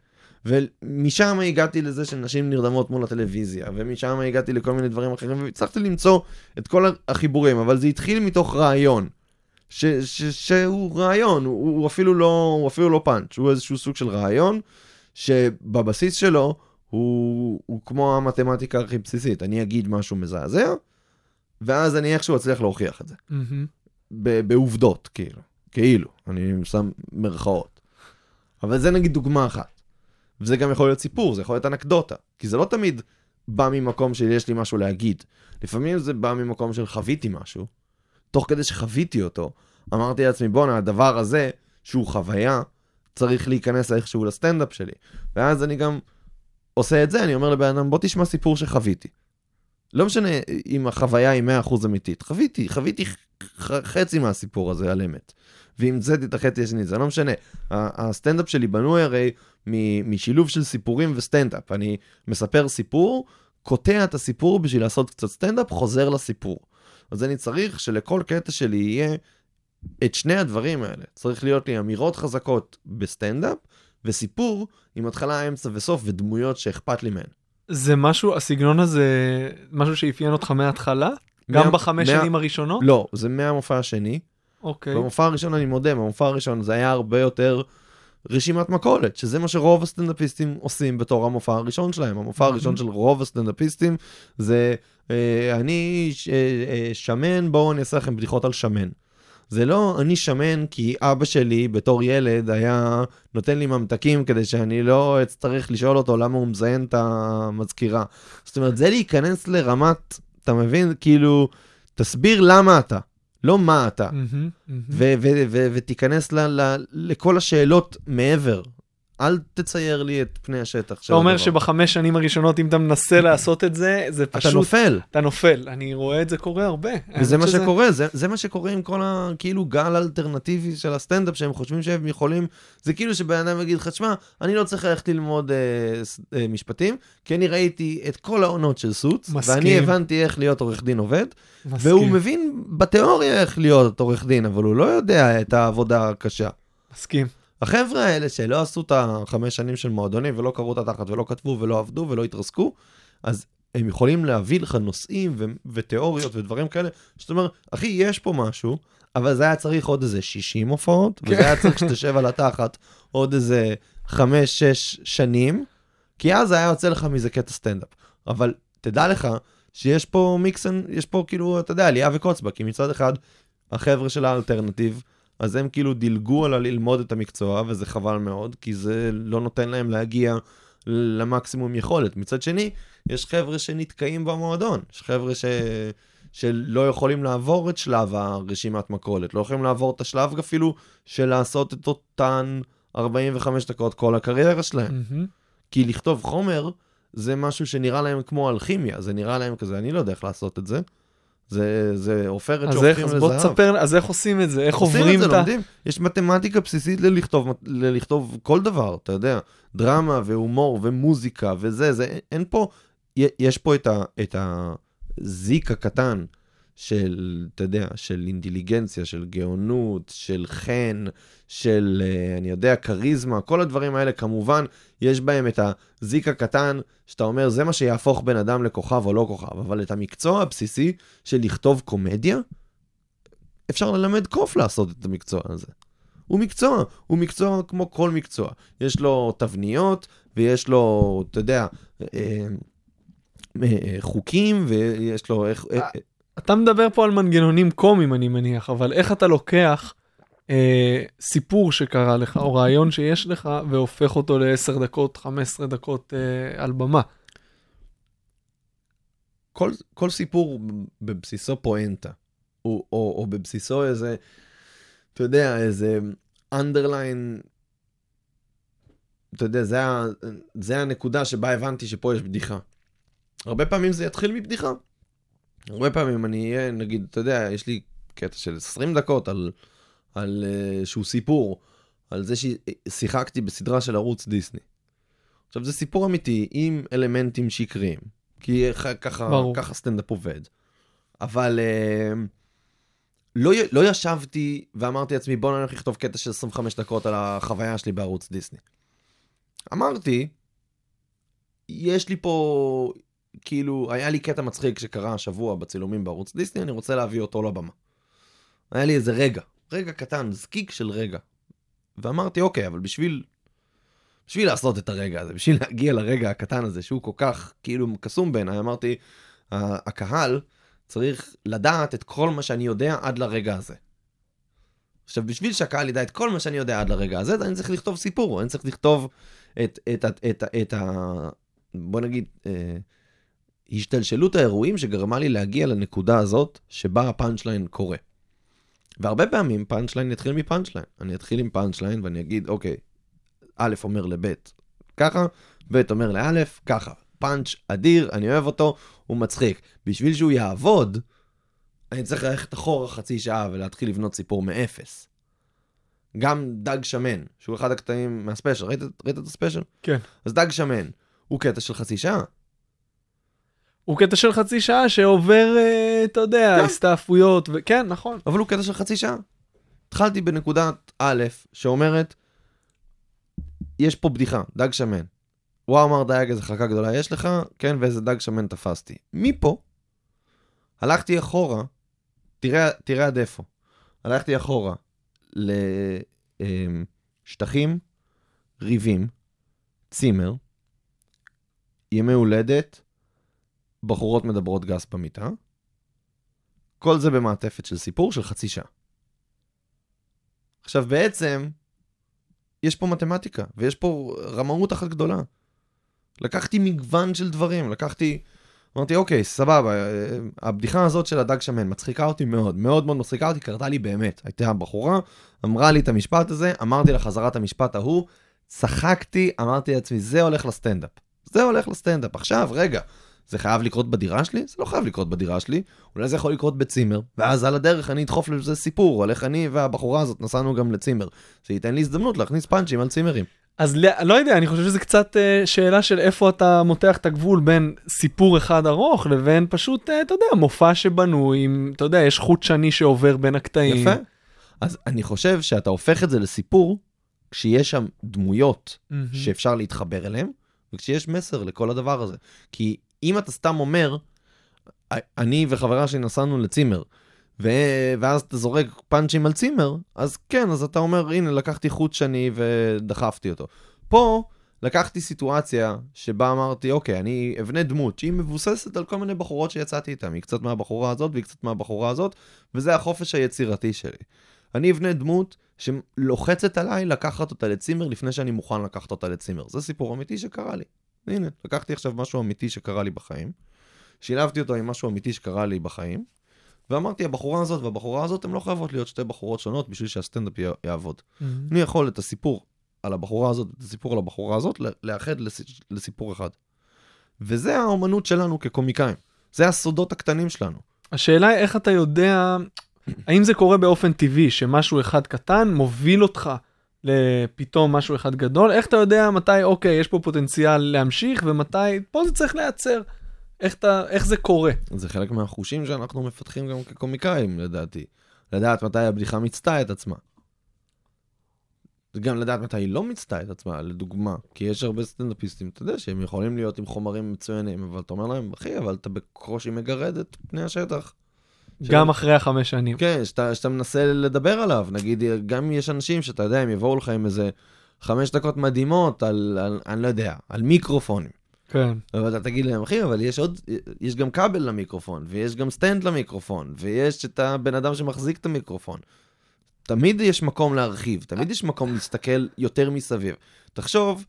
ומשם הגעתי לזה שנשים נרדמות מול הטלוויזיה, ומשם הגעתי לכל מיני דברים אחרים, והצלחתי למצוא את כל החיבורים, אבל זה התחיל מתוך רעיון, ש, ש, שהוא רעיון, הוא, הוא, אפילו לא, הוא אפילו לא פאנץ', הוא איזשהו סוג של רעיון, שבבסיס שלו הוא, הוא כמו המתמטיקה הכי בסיסית, אני אגיד משהו מזעזע, ואז אני איכשהו אצליח להוכיח את זה. Mm-hmm. בעובדות, כאילו, כאילו, אני שם מרכאות. אבל זה נגיד דוגמה אחת. וזה גם יכול להיות סיפור, זה יכול להיות אנקדוטה. כי זה לא תמיד בא ממקום שיש לי משהו להגיד. לפעמים זה בא ממקום של חוויתי משהו. תוך כדי שחוויתי אותו, אמרתי לעצמי, בונה, הדבר הזה, שהוא חוויה, צריך להיכנס איכשהו לסטנדאפ שלי. ואז אני גם עושה את זה, אני אומר לבן אדם, בוא תשמע סיפור שחוויתי. לא משנה אם החוויה היא מאה אחוז אמיתית. חוויתי, חוויתי חצי מהסיפור הזה על אמת. ואם זה תתחתי השני, זה לא משנה. הסטנדאפ שלי בנוי הרי משילוב של סיפורים וסטנדאפ. אני מספר סיפור, קוטע את הסיפור בשביל לעשות קצת סטנדאפ, חוזר לסיפור. אז אני צריך שלכל קטע שלי יהיה את שני הדברים האלה. צריך להיות לי אמירות חזקות בסטנדאפ, וסיפור עם התחלה, אמצע וסוף, ודמויות שאכפת לי מהן. זה משהו, הסגנון הזה, משהו שאפיין אותך מההתחלה? גם מה, בחמש מה, שנים הראשונות? לא, זה מהמופע השני. אוקיי. במופע הראשון אני מודה, במופע הראשון זה היה הרבה יותר רשימת מכולת, שזה מה שרוב הסטנדאפיסטים עושים בתור המופע הראשון שלהם. המופע הראשון של רוב הסטנדאפיסטים זה, אה, אני ש, אה, שמן, בואו אני אעשה לכם בדיחות על שמן. זה לא, אני שמן כי אבא שלי בתור ילד היה נותן לי ממתקים כדי שאני לא אצטרך לשאול אותו למה הוא מזיין את המזכירה. זאת אומרת, זה להיכנס לרמת, אתה מבין? כאילו, תסביר למה אתה, לא מה אתה. ותיכנס לכל השאלות מעבר. אל תצייר לי את פני השטח. אתה אומר שבחמש שנים הראשונות, אם אתה מנסה לעשות את זה, זה פשוט... אתה נופל. אתה נופל. אני רואה את זה קורה הרבה. וזה מה שקורה, זה, זה מה שקורה עם כל ה, כאילו, גל אלטרנטיבי של הסטנדאפ, שהם חושבים שהם יכולים, זה כאילו שבן אדם יגיד לך, שמה, אני לא צריך ללכת ללמוד אה, אה, משפטים, כי אני ראיתי את כל העונות של סוץ, מסכים. ואני הבנתי איך להיות עורך דין עובד, מסכים. והוא מבין בתיאוריה איך להיות עורך דין, אבל הוא לא יודע את העבודה הקשה. מסכים. החבר'ה האלה שלא עשו את החמש שנים של מועדונים, ולא קראו את התחת, ולא כתבו, ולא עבדו, ולא התרסקו, אז הם יכולים להביא לך נושאים ו- ותיאוריות ודברים כאלה, שאתה אומר, אחי, יש פה משהו, אבל זה היה צריך עוד איזה שישים הופעות, וזה היה צריך שתשב על התחת עוד איזה חמש, שש שנים, כי אז היה יוצא לך מזה קטע סטנדאפ. אבל תדע לך שיש פה מיקסן, יש פה כאילו, אתה יודע, עלייה וקוצבה, כי מצד אחד, החבר'ה של האלטרנטיב, אז הם כאילו דילגו על ללמוד את המקצוע, וזה חבל מאוד, כי זה לא נותן להם להגיע למקסימום יכולת. מצד שני, יש חבר'ה שנתקעים במועדון, יש חבר'ה ש... שלא יכולים לעבור את שלב הרשימת מכולת, לא יכולים לעבור את השלב אפילו של לעשות את אותן ארבעים וחמש דקות כל הקריירה שלהם. Mm-hmm. כי לכתוב חומר זה משהו שנראה להם כמו אלכימיה, זה נראה להם כזה, אני לא יודע איך לעשות את זה. זה, זה עופרת שהופכים לזהב. אז בוא תספר, אז איך עושים את זה? איך עוברים את זה? יש מתמטיקה בסיסית ללכתוב, ללכתוב כל דבר, אתה יודע, דרמה והומור ומוזיקה וזה, זה, אין פה, יש פה את ה, את הזיק הקטן של, אתה יודע, של אינטליגנציה, של גאונות, של חן, של, אני יודע, קריזמה, כל הדברים האלה, כמובן, יש בהם את הזיק הקטן, שאתה אומר, זה מה שיהפוך בן אדם לכוכב או לא כוכב, אבל את המקצוע הבסיסי של לכתוב קומדיה, אפשר ללמד קוף לעשות את המקצוע הזה. הוא מקצוע, הוא מקצוע כמו כל מקצוע. יש לו תבניות, ויש לו, אתה יודע, חוקים, ויש לו... אתה מדבר פה על מנגנונים קומיים, אני מניח, אבל איך אתה לוקח אה, סיפור שקרה לך, או רעיון שיש לך, והופך אותו ל-עשר דקות, חמש עשרה דקות אה, על במה? כל, כל סיפור בבסיסו פואנטה, או, או, או בבסיסו איזה, אתה יודע, איזה underline, אתה יודע, זה, זה הנקודה שבה הבנתי שפה יש בדיחה. הרבה פעמים זה יתחיל מבדיחה. הרבה פעמים אני אהיה, נגיד, אתה יודע, יש לי קטע של עשרים דקות על, על uh, שהוא סיפור, על זה ששיחקתי בסדרה של ערוץ דיסני. עכשיו, זה סיפור אמיתי עם אלמנטים שקריים, כי ככה, ככה סטנדאפ עובד. אבל uh, לא, לא ישבתי ואמרתי לעצמי, בוא נלך לכתוב קטע של עשרים וחמש דקות על החוויה שלי בערוץ דיסני. אמרתי, יש לי פה... כאילו, היה לי קטע מצחיק שקרה השבוע בצילומים בערוץ דיסני, אני רוצה להביא אותו לבמה. היה לי איזה רגע, רגע קטן, זקיק של רגע. ואמרתי, אוקיי, אבל בשביל, בשביל לעשות את הרגע הזה, בשביל להגיע לרגע הקטן הזה, שהוא כל כך, כאילו, קסום בעיניי, אמרתי, הקהל צריך לדעת את כל מה שאני יודע עד לרגע הזה. עכשיו, בשביל שהקהל ידע את כל מה שאני יודע עד לרגע הזה, אני צריך לכתוב סיפור, אני צריך לכתוב את, את, את, את, את ה... בוא נגיד... השתלשלות האירועים שגרמה לי להגיע לנקודה הזאת שבה הפאנצ'ליין קורה. והרבה פעמים פאנצ'ליין יתחיל מפאנצ'ליין. אני אתחיל עם פאנצ'ליין ואני אגיד, אוקיי, א' אומר לב' ככה, ב' אומר לא' ככה. פאנץ' אדיר, אני אוהב אותו, הוא מצחיק. בשביל שהוא יעבוד, אני צריך ללכת אחורה חצי שעה ולהתחיל לבנות סיפור מאפס. גם דג שמן, שהוא אחד הקטעים מהספיישל. ראית, ראית את הספיישל? כן. אז דג שמן, הוא קטע של חצי שעה. הוא קטע של חצי שעה שעובר, אתה יודע, כן. הסתעפויות, ו... כן, נכון. אבל הוא קטע של חצי שעה. התחלתי בנקודת א' שאומרת, יש פה בדיחה, דג שמן. וואו אמר דייג, איזה חכה גדולה יש לך, כן, ואיזה דג שמן תפסתי. מפה, הלכתי אחורה, תראה, תראה עד איפה. הלכתי אחורה לשטחים, ריבים, צימר, ימי הולדת, בחורות מדברות גס במיטה, כל זה במעטפת של סיפור של חצי שעה. עכשיו בעצם, יש פה מתמטיקה, ויש פה רמאות אחת גדולה. לקחתי מגוון של דברים, לקחתי, אמרתי, אוקיי, סבבה, הבדיחה הזאת של הדג שמן מצחיקה אותי מאוד, מאוד מאוד מצחיקה אותי, קרתה לי באמת. הייתה הבחורה, אמרה לי את המשפט הזה, אמרתי לה חזרת המשפט ההוא, צחקתי, אמרתי לעצמי, זה הולך לסטנדאפ. זה הולך לסטנדאפ. עכשיו, רגע, זה חייב לקרות בדירה שלי? זה לא חייב לקרות בדירה שלי. אולי זה יכול לקרות בצימר, ואז על הדרך אני אדחוף לזה סיפור, על איך אני והבחורה הזאת נסענו גם לצימר. זה ייתן לי הזדמנות להכניס פאנצ'ים על צימרים. אז לא יודע, אני חושב שזה קצת uh, שאלה של איפה אתה מותח את הגבול בין סיפור אחד ארוך לבין פשוט, uh, אתה יודע, מופע שבנו עם, אתה יודע, יש חוט שני שעובר בין הקטעים. יפה. אז אני חושב שאתה הופך את זה לסיפור, כשיש שם דמויות mm-hmm. שאפשר להתחבר אליהם, וכשיש מסר לכל הדבר הזה. כי אם אתה סתם אומר, אני וחברה שלי נסענו לצימר, ו- ואז אתה זורק פאנצ'ים על צימר, אז כן, אז אתה אומר, הנה, לקחתי חוט שני ודחפתי אותו. פה לקחתי סיטואציה שבה אמרתי, אוקיי, אני אבנה דמות שהיא מבוססת על כל מיני בחורות שיצאתי איתן, היא קצת מהבחורה הזאת והיא קצת מהבחורה הזאת, וזה החופש היצירתי שלי. אני אבנה דמות שלוחצת עליי לקחת אותה לצימר לפני שאני מוכן לקחת אותה לצימר. זה סיפור אמיתי שקרה לי. הנה, לקחתי עכשיו משהו אמיתי שקרה לי בחיים, שילבתי אותו עם משהו אמיתי שקרה לי בחיים, ואמרתי, הבחורה הזאת והבחורה הזאת, הן לא חייבות להיות שתי בחורות שונות בשביל שהסטנדאפ יעבוד. Mm-hmm. אני יכול את הסיפור על הבחורה הזאת, את הסיפור על הבחורה הזאת, לאחד לסיפור אחד. וזה האומנות שלנו כקומיקאים. זה הסודות הקטנים שלנו. השאלה היא איך אתה יודע, האם זה קורה באופן טבעי, שמשהו אחד קטן מוביל אותך לפתאום משהו אחד גדול? איך אתה יודע מתי, אוקיי, יש פה פוטנציאל להמשיך, ומתי, פה זה צריך להיעצר. איך, אתה, איך זה קורה? זה חלק מהחושים שאנחנו מפתחים גם כקומיקאים, לדעתי. לדעת מתי הבדיחה מצטעה את עצמה. גם לדעת מתי היא לא מצטעה את עצמה, לדוגמה. כי יש הרבה סטנדאפיסטים, אתה יודע, שהם יכולים להיות עם חומרים מצוינים, אבל אתה אומר להם, אחי, אבל אתה בקושי מגרד את פני השטח. גם ש... אחרי החמש שנים. כן, שאתה, שאתה מנסה לדבר עליו. נגיד, גם יש אנשים שאתה יודע, הם יבואו לך עם איזה חמש דקות מדהימות על, על, אני לא יודע, על מיקרופונים. כן. אבל אתה תגיד להם, אחי, אבל יש עוד, יש גם כבל למיקרופון, ויש גם סטנד למיקרופון, ויש את הבן אדם שמחזיק את המיקרופון. תמיד יש מקום להרחיב, תמיד יש מקום להסתכל יותר מסביב. תחשוב,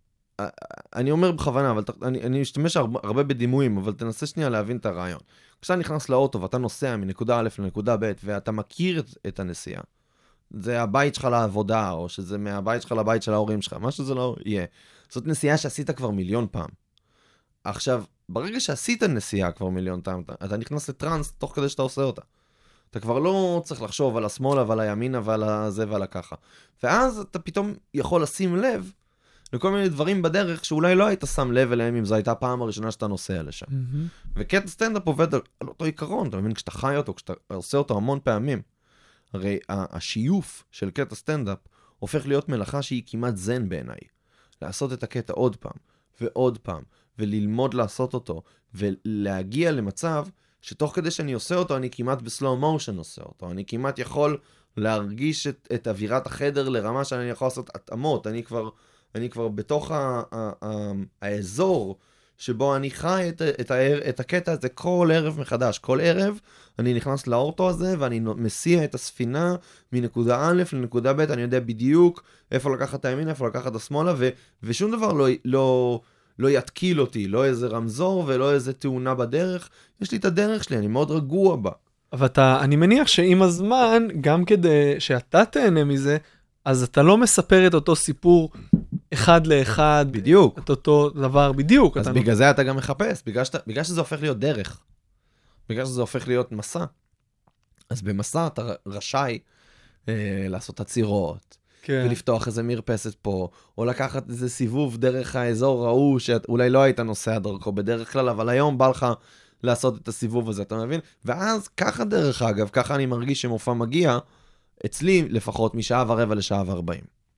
אני אומר בכוונה, אבל אני, אני משתמש הרבה, הרבה בדימויים, אבל תנסה שנייה להבין את הרעיון. כשאתה נכנס לאוטו ואתה נוסע מנקודה א' לנקודה ב', ואתה מכיר את, את הנסיעה, זה הבית שלך לעבודה, או שזה מהבית שלך לבית של ההורים שלך, מה שזה לא יהיה. זאת נסיעה שעשית כבר מיליון פעם. עכשיו, ברגע שעשית נסיעה כבר מיליון פעם, אתה נכנס לטרנס תוך כדי שאתה עושה אותה. אתה כבר לא צריך לחשוב על השמאל, ועל הימין, ועל הזה ועל הככה. ואז אתה פתאום יכול לשים לב לכל מיני דברים בדרך שאולי לא היית שם לב אליהם אם זו הייתה פעם הראשונה שאתה נוסע לשם. Mm-hmm. וקטע סטנדאפ עובד על אותו עיקרון, אתה מבין, כשאתה חי אותו, כשאתה עושה אותו המון פעמים. הרי השיוף של קטע סטנדאפ הופך להיות מלאכה שהיא כמעט זן בעיניי. לעשות את הקטע עוד פעם, ועוד פעם, וללמוד לעשות אותו, ולהגיע למצב שתוך כדי שאני עושה אותו, אני כמעט בסלואו מושן עושה אותו. אני כמעט יכול להרגיש את, את אווירת החדר לרמה שאני יכול לעשות התאמות. אני כבר, אני כבר בתוך ה, ה, ה, האזור שבו אני חי את, את, ה, את הקטע הזה כל ערב מחדש. כל ערב אני נכנס לאוטו הזה ואני מסיע את הספינה מנקודה א' לנקודה ב'. אני יודע בדיוק איפה לקחת את הימין, איפה לקחת את השמאלה, ו, ושום דבר לא... לא לא יתקיל אותי, לא איזה רמזור ולא איזה תאונה בדרך. יש לי את הדרך שלי, אני מאוד רגוע בה. אבל אתה, אני מניח שעם הזמן, גם כדי שאתה תהנה מזה, אז אתה לא מספר את אותו סיפור אחד לאחד. בדיוק. את אותו דבר בדיוק. אז בגלל זה אתה גם מחפש, בגלל, שאתה, בגלל שזה הופך להיות דרך. בגלל שזה הופך להיות מסע. אז במסע אתה רשאי אה, לעשות עצירות. כן. ולפתוח איזה מרפסת פה, או לקחת איזה סיבוב דרך האזור ההוא, שאולי לא היית נוסע דרכו בדרך כלל, אבל היום בא לך לעשות את הסיבוב הזה, אתה מבין? ואז ככה דרך אגב, ככה אני מרגיש שמופע מגיע, אצלי לפחות משעה ורבע לשעה וארבעים.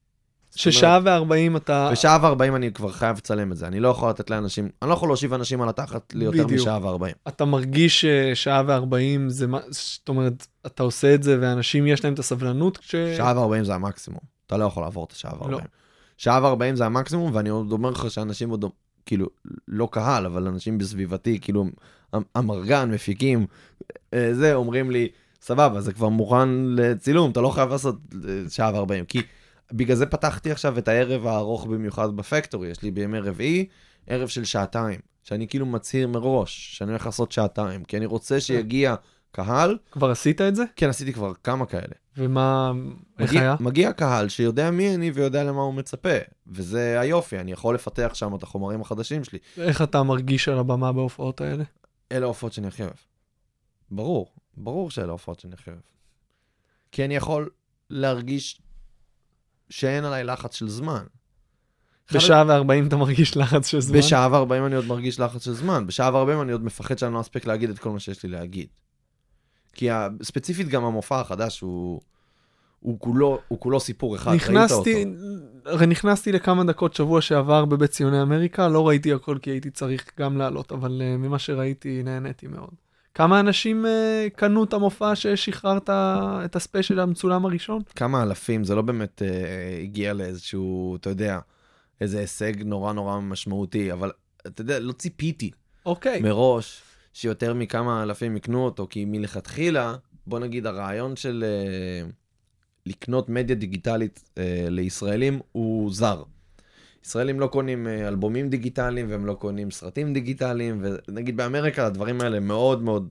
ששעה וארבעים אתה... בשעה וארבעים אני כבר חייב לצלם את זה. אני לא יכול לתת לאנשים, אני לא יכול להושיב אנשים על התחת ליותר משעה וארבעים. אתה מרגיש ששעה וארבעים זה מה, זאת אומרת, אתה עושה את זה ואנשים יש להם את הסבלנות כש... שעה וארבעים זה המקסימום. אתה לא יכול לעבור את השעה וארבעים. שעה וארבעים זה המקסימום, ואני עוד אומר לך שאנשים עוד, כאילו, לא קהל, אבל אנשים בסביבתי, כאילו, המרגן, מפיקים, זה, אומרים לי, סבבה, זה כבר מוכן לצילום, אתה לא חייב לעשות שעה וארבעים, כי בגלל זה פתחתי עכשיו את הערב הארוך במיוחד בפקטורי, יש לי בימי רביעי, ערב של שעתיים, שאני כאילו מצהיר מראש, שאני הולך לעשות שעתיים, כי אני רוצה שיגיע קהל. כבר עשית את זה? כן, עשיתי כבר כמה כאלה. ומה, איך מגיע, היה? מגיע קהל שיודע מי אני ויודע למה הוא מצפה, וזה היופי, אני יכול לפתח שם את החומרים החדשים שלי. איך אתה מרגיש על הבמה בהופעות האלה? אלה הופעות שאני הכי אוהב. ברור, ברור שאלה הופעות שאני הכי אוהב. כי אני יכול להרגיש שאין עליי לחץ של זמן. בשעה וארבעים אתה מרגיש לחץ של זמן? בשעה וארבעים אני עוד מרגיש לחץ של זמן. בשעה וארבעים אני עוד מפחד שאני לא אספיק להגיד את כל מה שיש לי להגיד. כי ספציפית גם המופע החדש הוא, הוא, כולו, הוא כולו סיפור אחד. נכנסתי, הרי נכנסתי לכמה דקות שבוע שעבר בבית ציוני אמריקה, לא ראיתי הכל כי הייתי צריך גם לעלות, אבל uh, ממה שראיתי נהניתי מאוד. כמה אנשים uh, קנו את המופע ששחררת את הספיישל המצולם הראשון? כמה אלפים, זה לא באמת uh, הגיע לאיזשהו, אתה יודע, איזה הישג נורא נורא משמעותי, אבל אתה יודע, לא ציפיתי אוקיי. מראש שיותר מכמה אלפים יקנו אותו, כי מלכתחילה, בוא נגיד, הרעיון של uh, לקנות מדיה דיגיטלית uh, לישראלים הוא זר. ישראלים לא קונים uh, אלבומים דיגיטליים, והם לא קונים סרטים דיגיטליים, ונגיד באמריקה הדברים האלה מאוד מאוד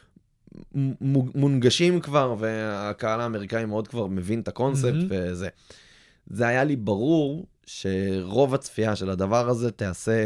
מונגשים כבר, והקהל האמריקאי מאוד כבר מבין את הקונספט, mm-hmm. וזה. זה היה לי ברור שרוב הצפייה של הדבר הזה תעשה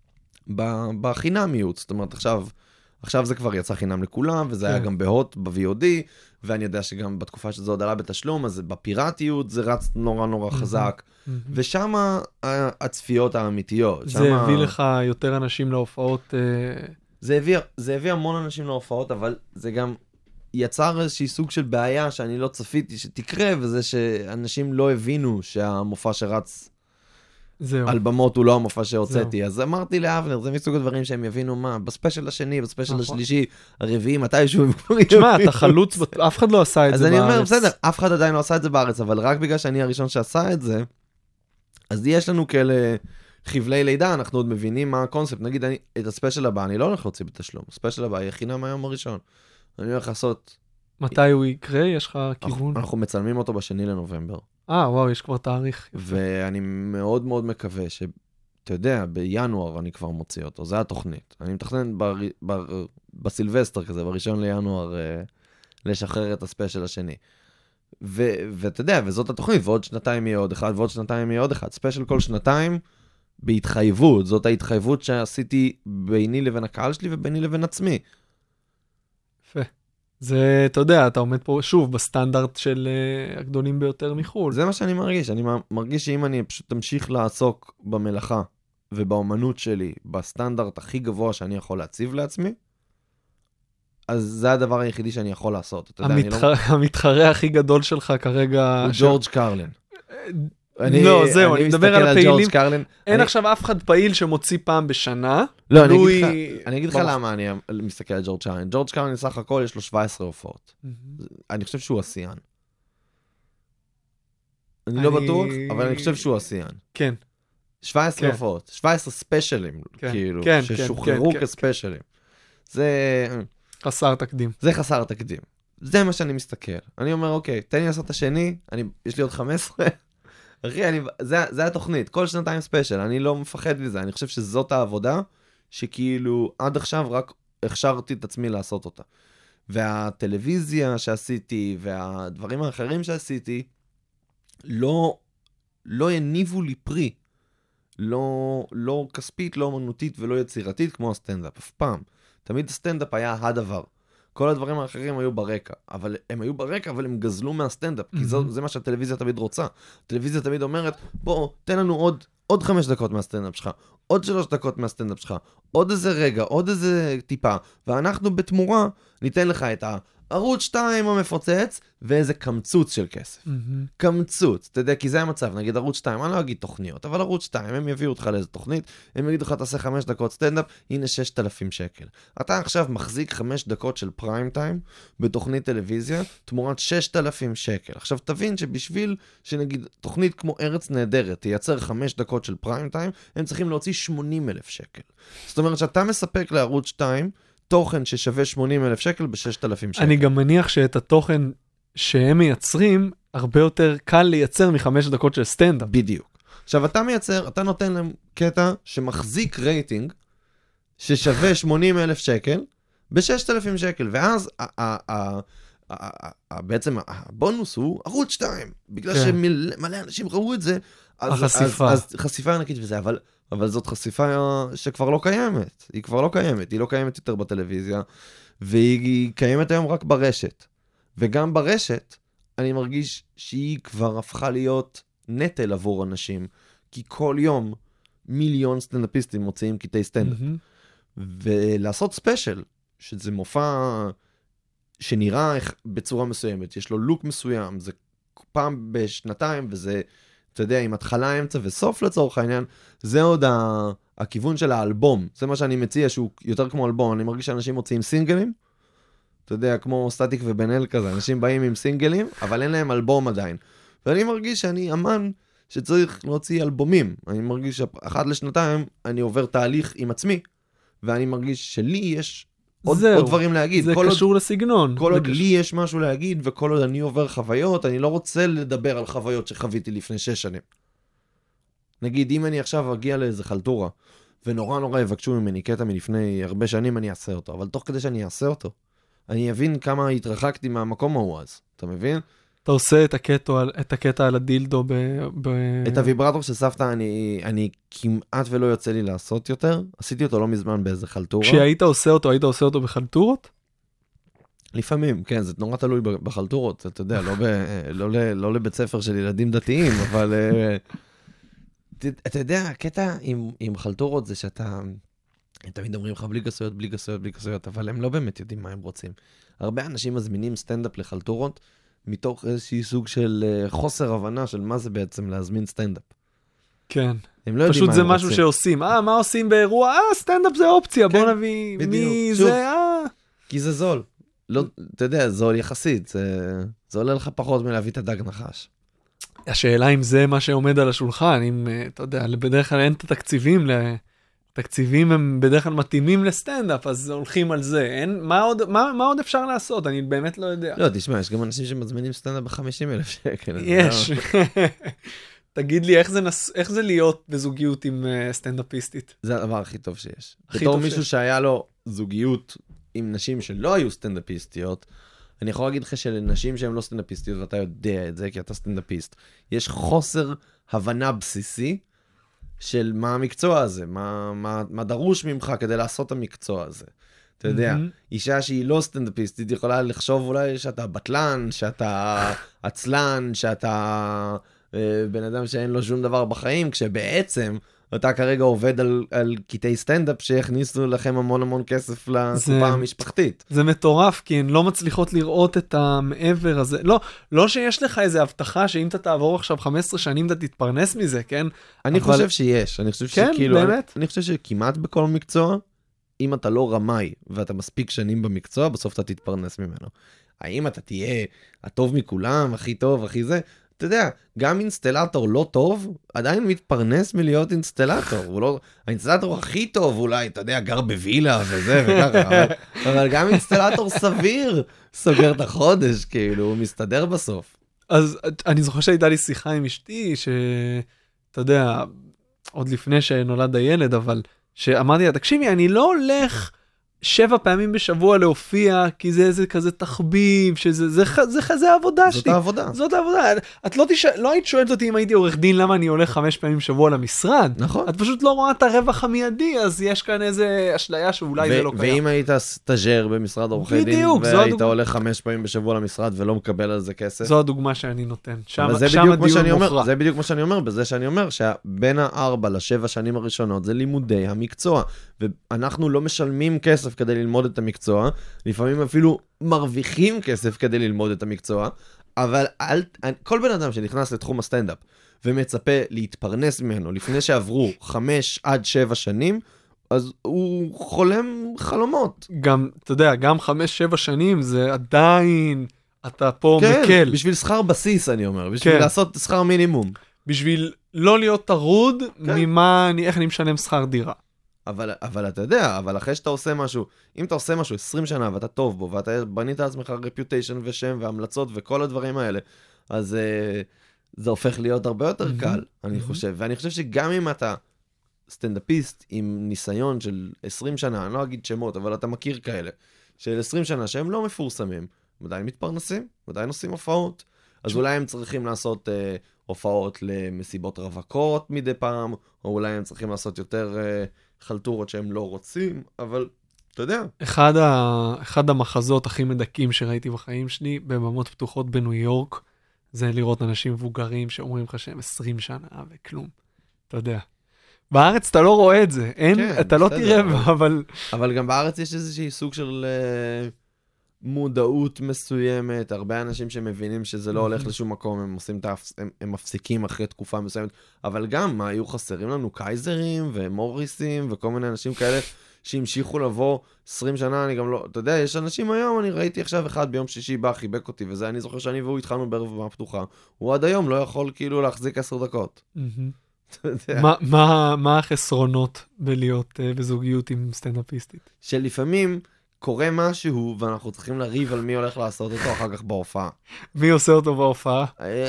בחינמיות. זאת אומרת, עכשיו, עכשיו זה כבר יצא חינם לכולם, וזה היה גם בהוט, ב-וי או די, ואני יודע שגם בתקופה שזה עוד עלה בתשלום, אז בפיראטיות זה רץ נורא נורא חזק, ושם הצפיות האמיתיות. זה הביא לך יותר אנשים להופעות? זה הביא, זה הביא המון אנשים להופעות, אבל זה גם יצר איזושהי סוג של בעיה שאני לא צפיתי שתקרה, וזה שאנשים לא הבינו שהמופע שרץ זהו. על במות הוא לא המופע שהוצאתי. אז אמרתי לאבנר, זה מסוג הדברים שהם יבינו מה, בספיישל השני, בספיישל נכון. השלישי, הרביעי, מתישהו הם כבר יבינו. תשמע, אתה חלוץ, אף אחד לא עשה את זה בארץ. אז אני אומר, בסדר, אף אחד עדיין לא עשה את זה בארץ, אבל רק בגלל שאני הראשון שעשה את זה, אז יש לנו כאלה חבלי לידה, אנחנו עוד מבינים מה הקונספט. נגיד, אני, את הספיישל הבא, אני לא הולך להוציא בתשלום. הספיישל הבא יהיה חינם מהיום הראשון. אני הולך לעשות... מתי הוא יקרה? יש לך כיוון? אנחנו, אנחנו מצלמים אותו בשני לנובמבר. אה, וואו, יש כבר תאריך. ואני מאוד מאוד מקווה ש... אתה יודע, בינואר אני כבר מוציא אותו. זה התוכנית. אני מתכנן בר... בר... בסילבסטר כזה, בראשון לינואר, לשחרר את הספיישל השני. ו... ואתה יודע, וזאת התוכנית, ועוד שנתיים יהיה עוד אחד, ועוד שנתיים יהיה עוד אחד. ספיישל כל שנתיים בהתחייבות. זאת ההתחייבות שעשיתי ביני לבין הקהל שלי וביני לבין עצמי. יפה. זה, אתה יודע, אתה עומד פה שוב בסטנדרט של uh, הגדולים ביותר מחול. זה מה שאני מרגיש. אני מרגיש שאם אני פשוט תמשיך לעסוק במלאכה ובאומנות שלי, בסטנדרט הכי גבוה שאני יכול להציב לעצמי, אז זה הדבר היחידי שאני יכול לעשות. אתה יודע, המתחר... אני לא... המתחרה הכי גדול שלך כרגע... הוא ש... ג'ורג' קרלין. אני, לא, זהו, אני, אני מדבר על הפעילים. קרלין, אין אני... עכשיו אף אחד פעיל שמוציא פעם בשנה. לא, אני אגיד, לך, אני אגיד לך למה אני מסתכל על ג'ורג' קרלין. ג'ורג' קרלין סך הכל יש לו שבע עשרה הופעות. אני חושב שהוא עשיין. אני לא בטוח, אבל אני חושב שהוא עשיין. כן. שבע עשרה הופעות, שבע עשרה ספיישלים, כאילו, ששוחררו כספיישלים. זה... חסר תקדים. זה חסר תקדים. זה מה שאני מסתכל. אני אומר, אוקיי, תן לי לעשות את השני, יש לי עוד חמש עשרה. אחי, אני, זה, זה התוכנית, כל שנתיים ספיישל, אני לא מפחד מזה, אני חושב שזאת העבודה, שכאילו עד עכשיו רק הכשרתי את עצמי לעשות אותה. והטלוויזיה שעשיתי, והדברים האחרים שעשיתי, לא, לא הניבו לי פרי. לא, לא כספית, לא אומנותית ולא יצירתית, כמו הסטנדאפ, אף פעם. תמיד הסטנדאפ היה הדבר. כל הדברים האחרים היו ברקע, אבל הם היו ברקע, אבל הם גזלו מהסטנדאפ, כי זה, זה מה שהטלוויזיה תמיד רוצה. הטלוויזיה תמיד אומרת, בוא, תן לנו עוד, עוד חמש דקות מהסטנדאפ שלך, עוד שלוש דקות מהסטנדאפ שלך, עוד איזה רגע, עוד איזה טיפה, ואנחנו בתמורה ניתן לך את הערוץ שתיים המפוצץ, ואיזה קמצוץ של כסף. Mm-hmm. קמצוץ, אתה יודע, כי זה המצב, נגיד ערוץ שתיים, אני לא אגיד תוכניות, אבל ערוץ שתיים, הם יביאו אותך לאיזו תוכנית, הם יגידו לך, תעשה חמש דקות סטנדאפ, הנה ששת אלפים שקל. אתה עכשיו מחזיק חמש דקות של פריים טיים, בתוכנית טלוויזיה, תמורת ששת אלפים שקל. עכשיו תבין שבשביל, שנגיד, תוכנית כמו ארץ נהדרת, תייצר חמש דקות של פריים טיים, הם צריכים להוציא שמונים אלף שקל. זאת אומרת שאתה מספק לערוץ שתיים, תוכן ששווה שמונים אלף שקל ב-ששת אלפים שקל. אני גם מניח שאת התוכן שהם מייצרים, הרבה יותר קל לייצר מחמש דקות של סטנדאפ. בדיוק. עכשיו, אתה מייצר, אתה נותן להם קטע שמחזיק רייטינג, ששווה שמונים אלף שקל, ב-ששת אלפים שקל, ואז בעצם הבונוס הוא ערוץ שתיים, בגלל שמלא אנשים ראו את זה, החשיפה. אז חשיפה ענקית וזה, אבל... אבל זאת חשיפה שכבר לא קיימת. היא כבר לא קיימת. היא לא קיימת יותר בטלוויזיה, והיא קיימת היום רק ברשת. וגם ברשת, אני מרגיש שהיא כבר הפכה להיות נטל עבור אנשים, כי כל יום מיליון סטנדאפיסטים מוציאים קטעי סטנדאפ. Mm-hmm. ולעשות ספיישל, שזה מופע שנראה בצורה מסוימת, יש לו לוק מסוים, זה פעם בשנתיים, וזה... אתה יודע, עם התחלה, אמצע וסוף לצורך העניין, זה עוד ה... הכיוון של האלבום. זה מה שאני מציע, שהוא יותר כמו אלבום. אני מרגיש שאנשים מוצאים סינגלים, אתה יודע, כמו סטטיק ובן אל כזה. אנשים באים עם סינגלים, אבל אין להם אלבום עדיין. ואני מרגיש שאני אמן שצריך להוציא אלבומים. אני מרגיש שאחת לשנתיים אני עובר תהליך עם עצמי, ואני מרגיש שלי יש עוד, עוד דברים להגיד. זה קשור עוד, לסגנון. כל עוד לי יש משהו להגיד, וכל עוד אני עובר חוויות, אני לא רוצה לדבר על חוויות שחוויתי לפני שש שנים. נגיד, אם אני עכשיו אגיע לאיזה חלטורה, ונורא נורא יבקשו ממני קטע מלפני הרבה שנים, אני אעשה אותו. אבל תוך כדי שאני אעשה אותו, אני אבין כמה התרחקתי מהמקום ההוא אז. אתה מבין? אתה עושה את הקטע, את הקטע על הדילדו ב... ב... את הוויברטור של סבתא אני, אני כמעט ולא יוצא לי לעשות יותר. עשיתי אותו לא מזמן באיזה חלטורה. כשהיית עושה אותו, היית עושה אותו בחלטורות? לפעמים, כן, זה נורא תלוי בחלטורות. אתה יודע, לא, ב, לא, לא, לא לבית ספר של ילדים דתיים, אבל... אתה יודע, הקטע עם, עם חלטורות זה שאתה... הם תמיד אומרים לך בלי גסויות, בלי גסויות, בלי גסויות, אבל הם לא באמת יודעים מה הם רוצים. הרבה אנשים מזמינים סטנדאפ לחלטורות, מתוך איזושהי סוג של חוסר הבנה של מה זה בעצם להזמין סטנדאפ. כן. הם לא יודעים פשוט מה זה הם משהו רוצים. שעושים. אה, מה עושים באירוע? אה, סטנדאפ זה אופציה, כן, בוא נביא בדיוק. מי שוב, זה, אה. כי זה זול. לא, אתה יודע, זול יחסית. זה, זה עולה לך פחות מלהביא את הדג נחש. השאלה אם זה מה שעומד על השולחן, אם, אתה יודע, בדרך כלל אין את התקציבים, תקציבים הם בדרך כלל מתאימים לסטנדאפ, אז הולכים על זה. אין, מה עוד, מה, מה עוד אפשר לעשות? אני באמת לא יודע. לא, תשמע, יש גם אנשים שמזמינים סטנדאפ ב-חמישים אלף שקל. יש. תגיד לי, איך זה, נס... איך זה להיות בזוגיות עם uh, סטנדאפיסטית? זה הדבר הכי טוב שיש. הכי בתור טוב מישהו שיש. שהיה לו זוגיות עם נשים שלא היו סטנדאפיסטיות, אני יכול להגיד לך שלנשים שהן לא סטנדאפיסטיות, ואתה יודע את זה כי אתה סטנדאפיסט, יש חוסר הבנה בסיסי של מה המקצוע הזה, מה, מה, מה דרוש ממך כדי לעשות את המקצוע הזה. אתה יודע, mm-hmm. אישה שהיא לא סטנדאפיסטית יכולה לחשוב אולי שאתה בטלן, שאתה עצלן, שאתה אה, בן אדם שאין לו שום דבר בחיים, כשבעצם אתה כרגע עובד על, על קטעי סטנדאפ שיכניסו לכם המון המון כסף לקופה זה, המשפחתית. זה מטורף, כי הן לא מצליחות לראות את המעבר הזה. לא, לא שיש לך איזו הבטחה שאם אתה תעבור עכשיו חמש עשרה שנים אתה תתפרנס מזה, כן? אני אבל... חושב שיש. אני חושב כן, שכאילו, באמת? אני, אני חושב שכמעט בכל מקצוע, אם אתה לא רמאי ואתה מספיק שנים במקצוע, בסוף אתה תתפרנס ממנו. האם אתה תהיה הטוב מכולם, הכי טוב, הכי זה? אתה יודע, גם אינסטלטור לא טוב, עדיין מתפרנס מלהיות אינסטלטור. הוא לא, האינסטלטור הכי טוב אולי, אתה יודע, גר בווילה וזה וככה, אבל, אבל גם אינסטלטור סביר סוגר את החודש, כאילו, הוא מסתדר בסוף. אז אני זוכר שהייתה לי שיחה עם אשתי, שאתה יודע, עוד לפני שנולד הילד, אבל שאמרתי לה, תקשיבי, אני לא הולך שבע פעמים בשבוע להופיע, כי זה איזה כזה תחביב, שזה זה, זה, זה, זה העבודה שלי. זאת העבודה. זאת העבודה. את לא, תשאל, לא היית שואלת אותי אם הייתי עורך דין, למה אני הולך חמש פעמים בשבוע למשרד. נכון. את פשוט לא רואה את הרווח המיידי, אז יש כאן איזה אשליה שאולי ו- זה לא קיים. ואם היית סטאז'ר במשרד עורכי דין, בדיוק, זו והיית הדוגמה. הולך חמש פעמים בשבוע למשרד ולא מקבל על זה כסף. זו הדוגמה שאני נותן. שם, זה שם בדיוק מה שאני הדיון אומר, מוכרע. זה בדיוק מה שאני אומר, בזה שאני אומר שבין הארבע לשבע שנים הראשונות זה לימודי המקצוע, ואנחנו לא משלמים כסף כדי ללמוד את המקצוע, לפעמים אפילו מרוויחים כסף כדי ללמוד את המקצוע, אבל אל, כל בן אדם שנכנס לתחום הסטנדאפ, ומצפה להתפרנס ממנו לפני שעברו חמש עד שבע שנים, אז הוא חולם חלומות. גם, אתה יודע, גם חמש, שבע שנים זה עדיין, אתה פה כן, מקל. כן, בשביל שכר בסיס אני אומר, בשביל כן. לעשות שכר מינימום. בשביל לא להיות טרוד כן. ממה, אני, איך אני משלם שכר דירה. אבל, אבל אתה יודע, אבל אחרי שאתה עושה משהו, אם אתה עושה משהו עשרים שנה ואתה טוב בו, ואתה בנית לעצמך רפיוטיישן ושם והמלצות וכל הדברים האלה, אז uh, זה הופך להיות הרבה יותר Mm-hmm. קל, אני Mm-hmm. חושב. ואני חושב שגם אם אתה סטנדאפיסט עם ניסיון של עשרים שנה, אני לא אגיד שמות, אבל אתה מכיר כאלה, של עשרים שנה שהם לא מפורסמים, עדיין מתפרנסים, עדיין עושים הופעות, אז אולי הם צריכים לעשות uh, הופעות למסיבות רווקות מדי פעם, או אולי הם צריכים לעשות יותר uh, חלטורות שהם לא רוצים, אבל אתה יודע. אחד, ה... אחד המחזות הכי מדכאים שראיתי בחיים שלי, בבמות פתוחות בניו יורק, זה לראות אנשים מבוגרים שאומרים לך שהם עשרים שנה וכלום. אתה יודע. בארץ אתה לא רואה את זה, אין, כן, אתה לא בסדר, תראה, אבל... אבל... אבל גם בארץ יש איזושהי סוג של uh, מודעות מסוימת, הרבה אנשים שמבינים שזה לא הולך לשום מקום, הם עושים את האפס... הם, הם מפסיקים אחרי תקופה מסוימת, אבל גם מה, היו חסרים לנו קייזרים ומוריסים וכל מיני אנשים כאלה שהמשיכו לבוא עשרים שנה, אני גם לא, אתה יודע, יש אנשים היום, אני ראיתי עכשיו אחד ביום שישי בא, חיבק אותי, וזה אני זוכר שאני והוא התחלנו בערב במה פתוחה, הוא עד היום לא יכול כאילו להחזיק עשר דקות. אתה יודע. מה, מה, מה החסרונות בלהיות uh, בזוגיות עם סטנדאפיסטית? שלפעמים קורה משהו, ואנחנו צריכים לריב על מי הולך לעשות אותו אחר כך בהופעה. מי עושה אותו בהופעה?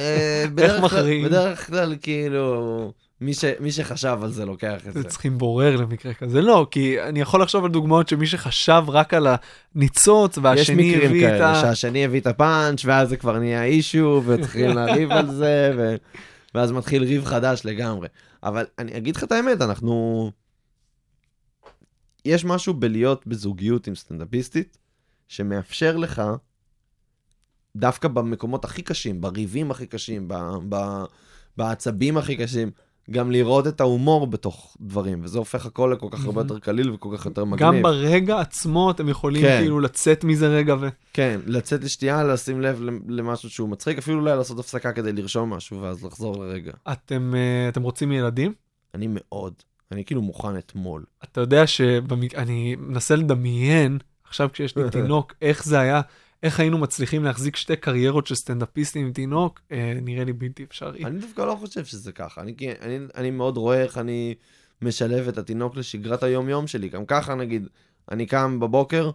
איך מכריעים? בדרך כלל, כאילו, מי, ש, מי שחשב על זה לוקח את זה. צריכים בורר למקרה כזה. לא, כי אני יכול לחשוב על דוגמאות שמי שחשב רק על הניצוץ, והשני הביא את ה... יש מקרים כאלה, שהשני הביא את הפאנץ', ואז זה כבר נהיה אישו, וצריכים לריב על זה, ו... ואז מתחיל ריב חדש לגמרי. אבל אני אגיד לך את האמת, אנחנו... יש משהו בלהיות בזוגיות עם סטנדאפיסטית, שמאפשר לך, דווקא במקומות הכי קשים, בריבים הכי קשים, ב... ב... בעצבים הכי קשים, גם לראות את ההומור בתוך דברים, וזה הופך הכל לכל כך הרבה יותר קליל וכל כך יותר מגניב. גם ברגע עצמו אתם יכולים כן. כאילו לצאת מזה רגע ו... כן, לצאת לשתייה, לשים לב למשהו שהוא מצחיק, אפילו אולי לעשות הפסקה כדי לרשום משהו, ואז לחזור לרגע. אתם, uh, אתם רוצים ילדים? אני מאוד, אני כאילו מוכן אתמול. אתה יודע שאני מנסה לדמיין, עכשיו כשיש לי תינוק, איך זה היה, איך היינו מצליחים להחזיק שתי קריירות של סטנדאפיסטים עם תינוק, אה, נראה לי בלתי אפשרי. אני דווקא לא חושב שזה ככה. אני, אני, אני מאוד רואה איך אני משלב את התינוק לשגרת היום-יום שלי. גם ככה, נגיד, אני קם בבוקר,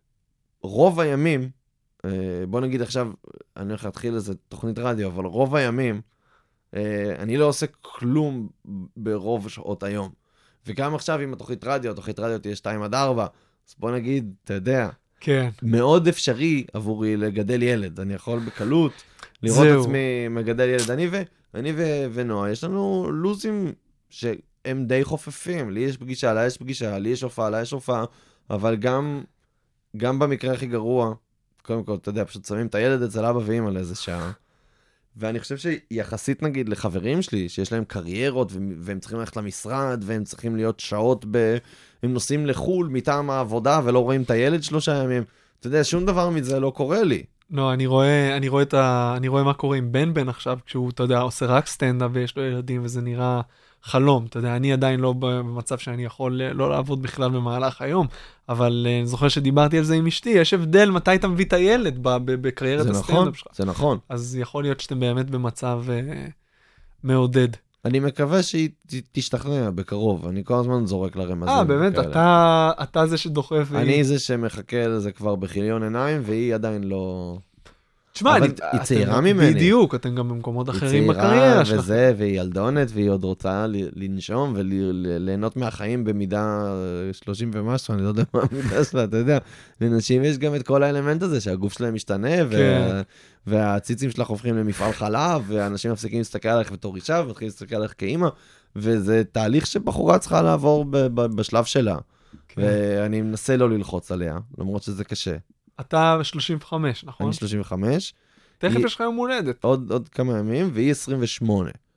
רוב הימים, אה, בוא נגיד עכשיו, אני הולך להתחיל איזה תוכנית רדיו, אבל רוב הימים, אה, אני לא עושה כלום ברוב שעות היום. וגם עכשיו עם התוכנית רדיו, התוכנית רדיו תהיה שתיים עד ארבע, אז בוא נגיד, אתה יודע, כן. מאוד אפשרי עבורי לגדל ילד. אני יכול בקלות לראות זהו. עצמי מגדל ילד. אני, ו, אני ו, ונועה, יש לנו לוזים שהם די חופפים. לי יש פגישה, לה יש פגישה, לי יש הופעה, לה יש הופעה, אבל גם, גם במקרה הכי גרוע, קודם כל, אתה יודע, פשוט שמים את הילד אצל אבא ואמא לאיזה שעה. ואני חושב שיחסית נגיד לחברים שלי, שיש להם קריירות, והם צריכים ללכת למשרד, והם צריכים להיות שעות ב... הם נוסעים לחול מטעם העבודה, ולא רואים את הילד שלושה ימים. אתה יודע, שום דבר מזה לא קורה לי. לא, אני רואה, אני רואה את ה... אני רואה מה קורה עם בן בן עכשיו, כשהוא, אתה יודע, עושה רק סטנדאפ, ויש לו ילדים, וזה נראה חלום. אתה יודע, אני עדיין לא במצב שאני יכול לא לעבוד בכלל במהלך היום, אבל אני זוכר שדיברתי על זה עם אשתי, יש הבדל מתי אתה מביא את הילד בקריירת הסטנדאפ שלך. זה נכון. אז יכול להיות שאתם באמת במצב uh, מעודד. אני מקווה שהיא תשתכנע בקרוב, אני כל הזמן זורק לרמזים. אה, באמת, אתה, אתה זה שדוחף. אני והיא... זה שמחכה לזה כבר בחיליון עיניים, והיא עדיין לא... תשמע, אני... היא צעירה ממני. בדיוק, אתם גם במקומות אחרים בקריירה שלך. היא צעירה וזה, והיא ילדונת, והיא עוד רוצה לנשום וליהנות מהחיים במידה שלושים ומשהו, אני לא יודע מה המידה שלה, אתה יודע. לנשים יש גם את כל האלמנט הזה, שהגוף שלהם משתנה, וה... והציצים שלך הופכים למפעל חלב, ואנשים מפסיקים להסתכל עליך בתור אישה, ומתחילים להסתכל עליך כאימא, וזה תהליך שבחורה צריכה לעבור ב- ב- בשלב שלה. כן. ואני מנסה לא ללחוץ עליה, למרות שזה קשה. אתה שלושים וחמש, נכון? אני שלושים וחמש. תכף היא... יש לך יום הולדת. עוד, עוד כמה ימים, והיא עשרים ושמונה.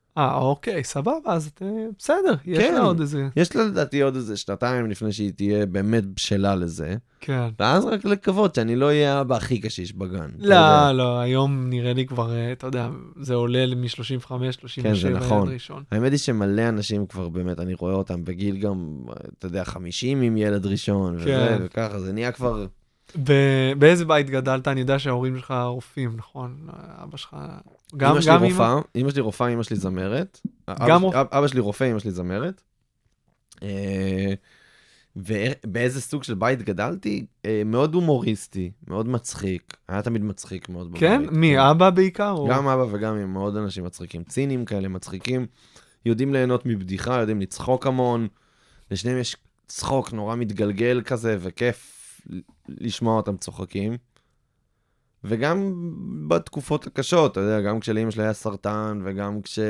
אה, אוקיי, סבבה, אז אתה- בסדר, יש כן. לה עוד איזה... יש לה לדעתי עוד איזה שנתיים לפני שהיא תהיה באמת בשלה לזה, כן. ואז רק לקוות שאני לא אהיה האבא הכי קשיש בגן. אתה לא, יודע. לא, היום נראה לי כבר, אה, אתה יודע, זה עולה מ-שלושים וחמש, שלושים ושבע, כן, זה נכון. ילד ראשון. האמת היא שמלא אנשים כבר באמת, אני רואה אותם בגיל גם, אתה יודע, חמישים עם ילד ראשון, וזה, כן. וככה, זה נהיה כבר... ב- באיזה בית גדלת? אני יודע שההורים שלך רופאים, נכון? אבא שלך... גם אמא שלי גם רופאה, אמא שלי רופאה, אמא שלי זמרת. גם אבא- רופא? אבא שלי רופא, אמא שלי זמרת. אה, ובאיזה סוג של בית גדלתי? אה, מאוד הומוריסטי, מאוד מצחיק. היה תמיד מצחיק מאוד בבית. כן? מי? אבא בעיקר? או- גם אבא וגם עם מאוד אנשים מצחיקים. צינים כאלה מצחיקים. יודעים ליהנות מבדיחה, יודעים לצחוק המון. לשניהם יש צחוק נורא מתגלגל כזה, וכיף לשמוע אותם צוחקים. וגם בתקופות הקשות, אתה יודע, גם כשלאמא שלי היה סרטן, וגם כש...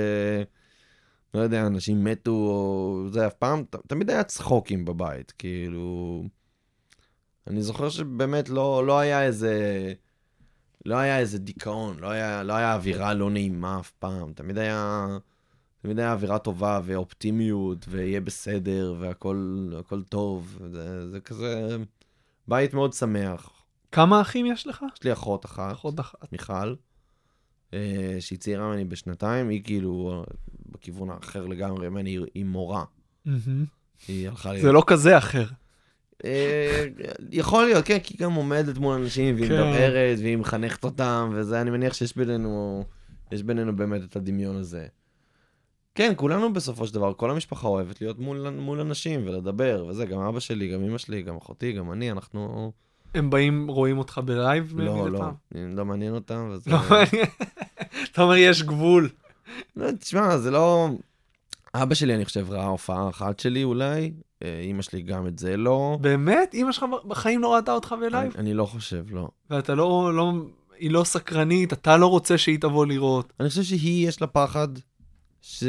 לא יודע, אנשים מתו, או זה אף פעם, ת, תמיד היה צחוקים בבית, כאילו... אני זוכר שבאמת לא, לא היה איזה... לא היה איזה דיכאון, לא היה, לא היה אווירה לא נעימה אף פעם, תמיד היה... תמיד היה אווירה טובה ואופטימיות, ויהיה בסדר, והכל הכל טוב, זה, זה כזה... בית מאוד שמח. כמה אחים יש לך? יש לי אחות אחת. אחות אחת. מיכל, אה, שהיא צעירה ממני בשנתיים, היא כאילו בכיוון האחר לגמרי ממני, היא, היא מורה. מהמם. היא הלכה לי... זה לא כזה אחר. אה, יכול להיות, כן, כי היא גם עומדת מול אנשים, והיא כן. מדברת, והיא מחנכת אותם, וזה, אני מניח שיש בינינו, יש בינינו באמת את הדמיון הזה. כן, כולנו בסופו של דבר, כל המשפחה אוהבת להיות מול, מול אנשים ולדבר, וזה, גם אבא שלי, גם אמא שלי, גם אחותי, גם אני, אנחנו... הם באים, רואים אותך בלייב? מדי לא, לא, פעם? לא מעניין אותם, וזה... לא מעניין. אתה אומר, יש גבול. לא, תשמע, זה לא... אבא שלי, אני חושב, ראה הופעה אחת שלי אולי, אה, אמא שלי גם את זה לא. באמת? אמא שלך בחיים לא ראתה אותך בלייב? אני, אני לא חושב, לא. ואתה לא, לא, היא לא סקרנית, אתה לא רוצה שהיא תבוא לראות. אני חושב שהיא, יש לה פחד, ש...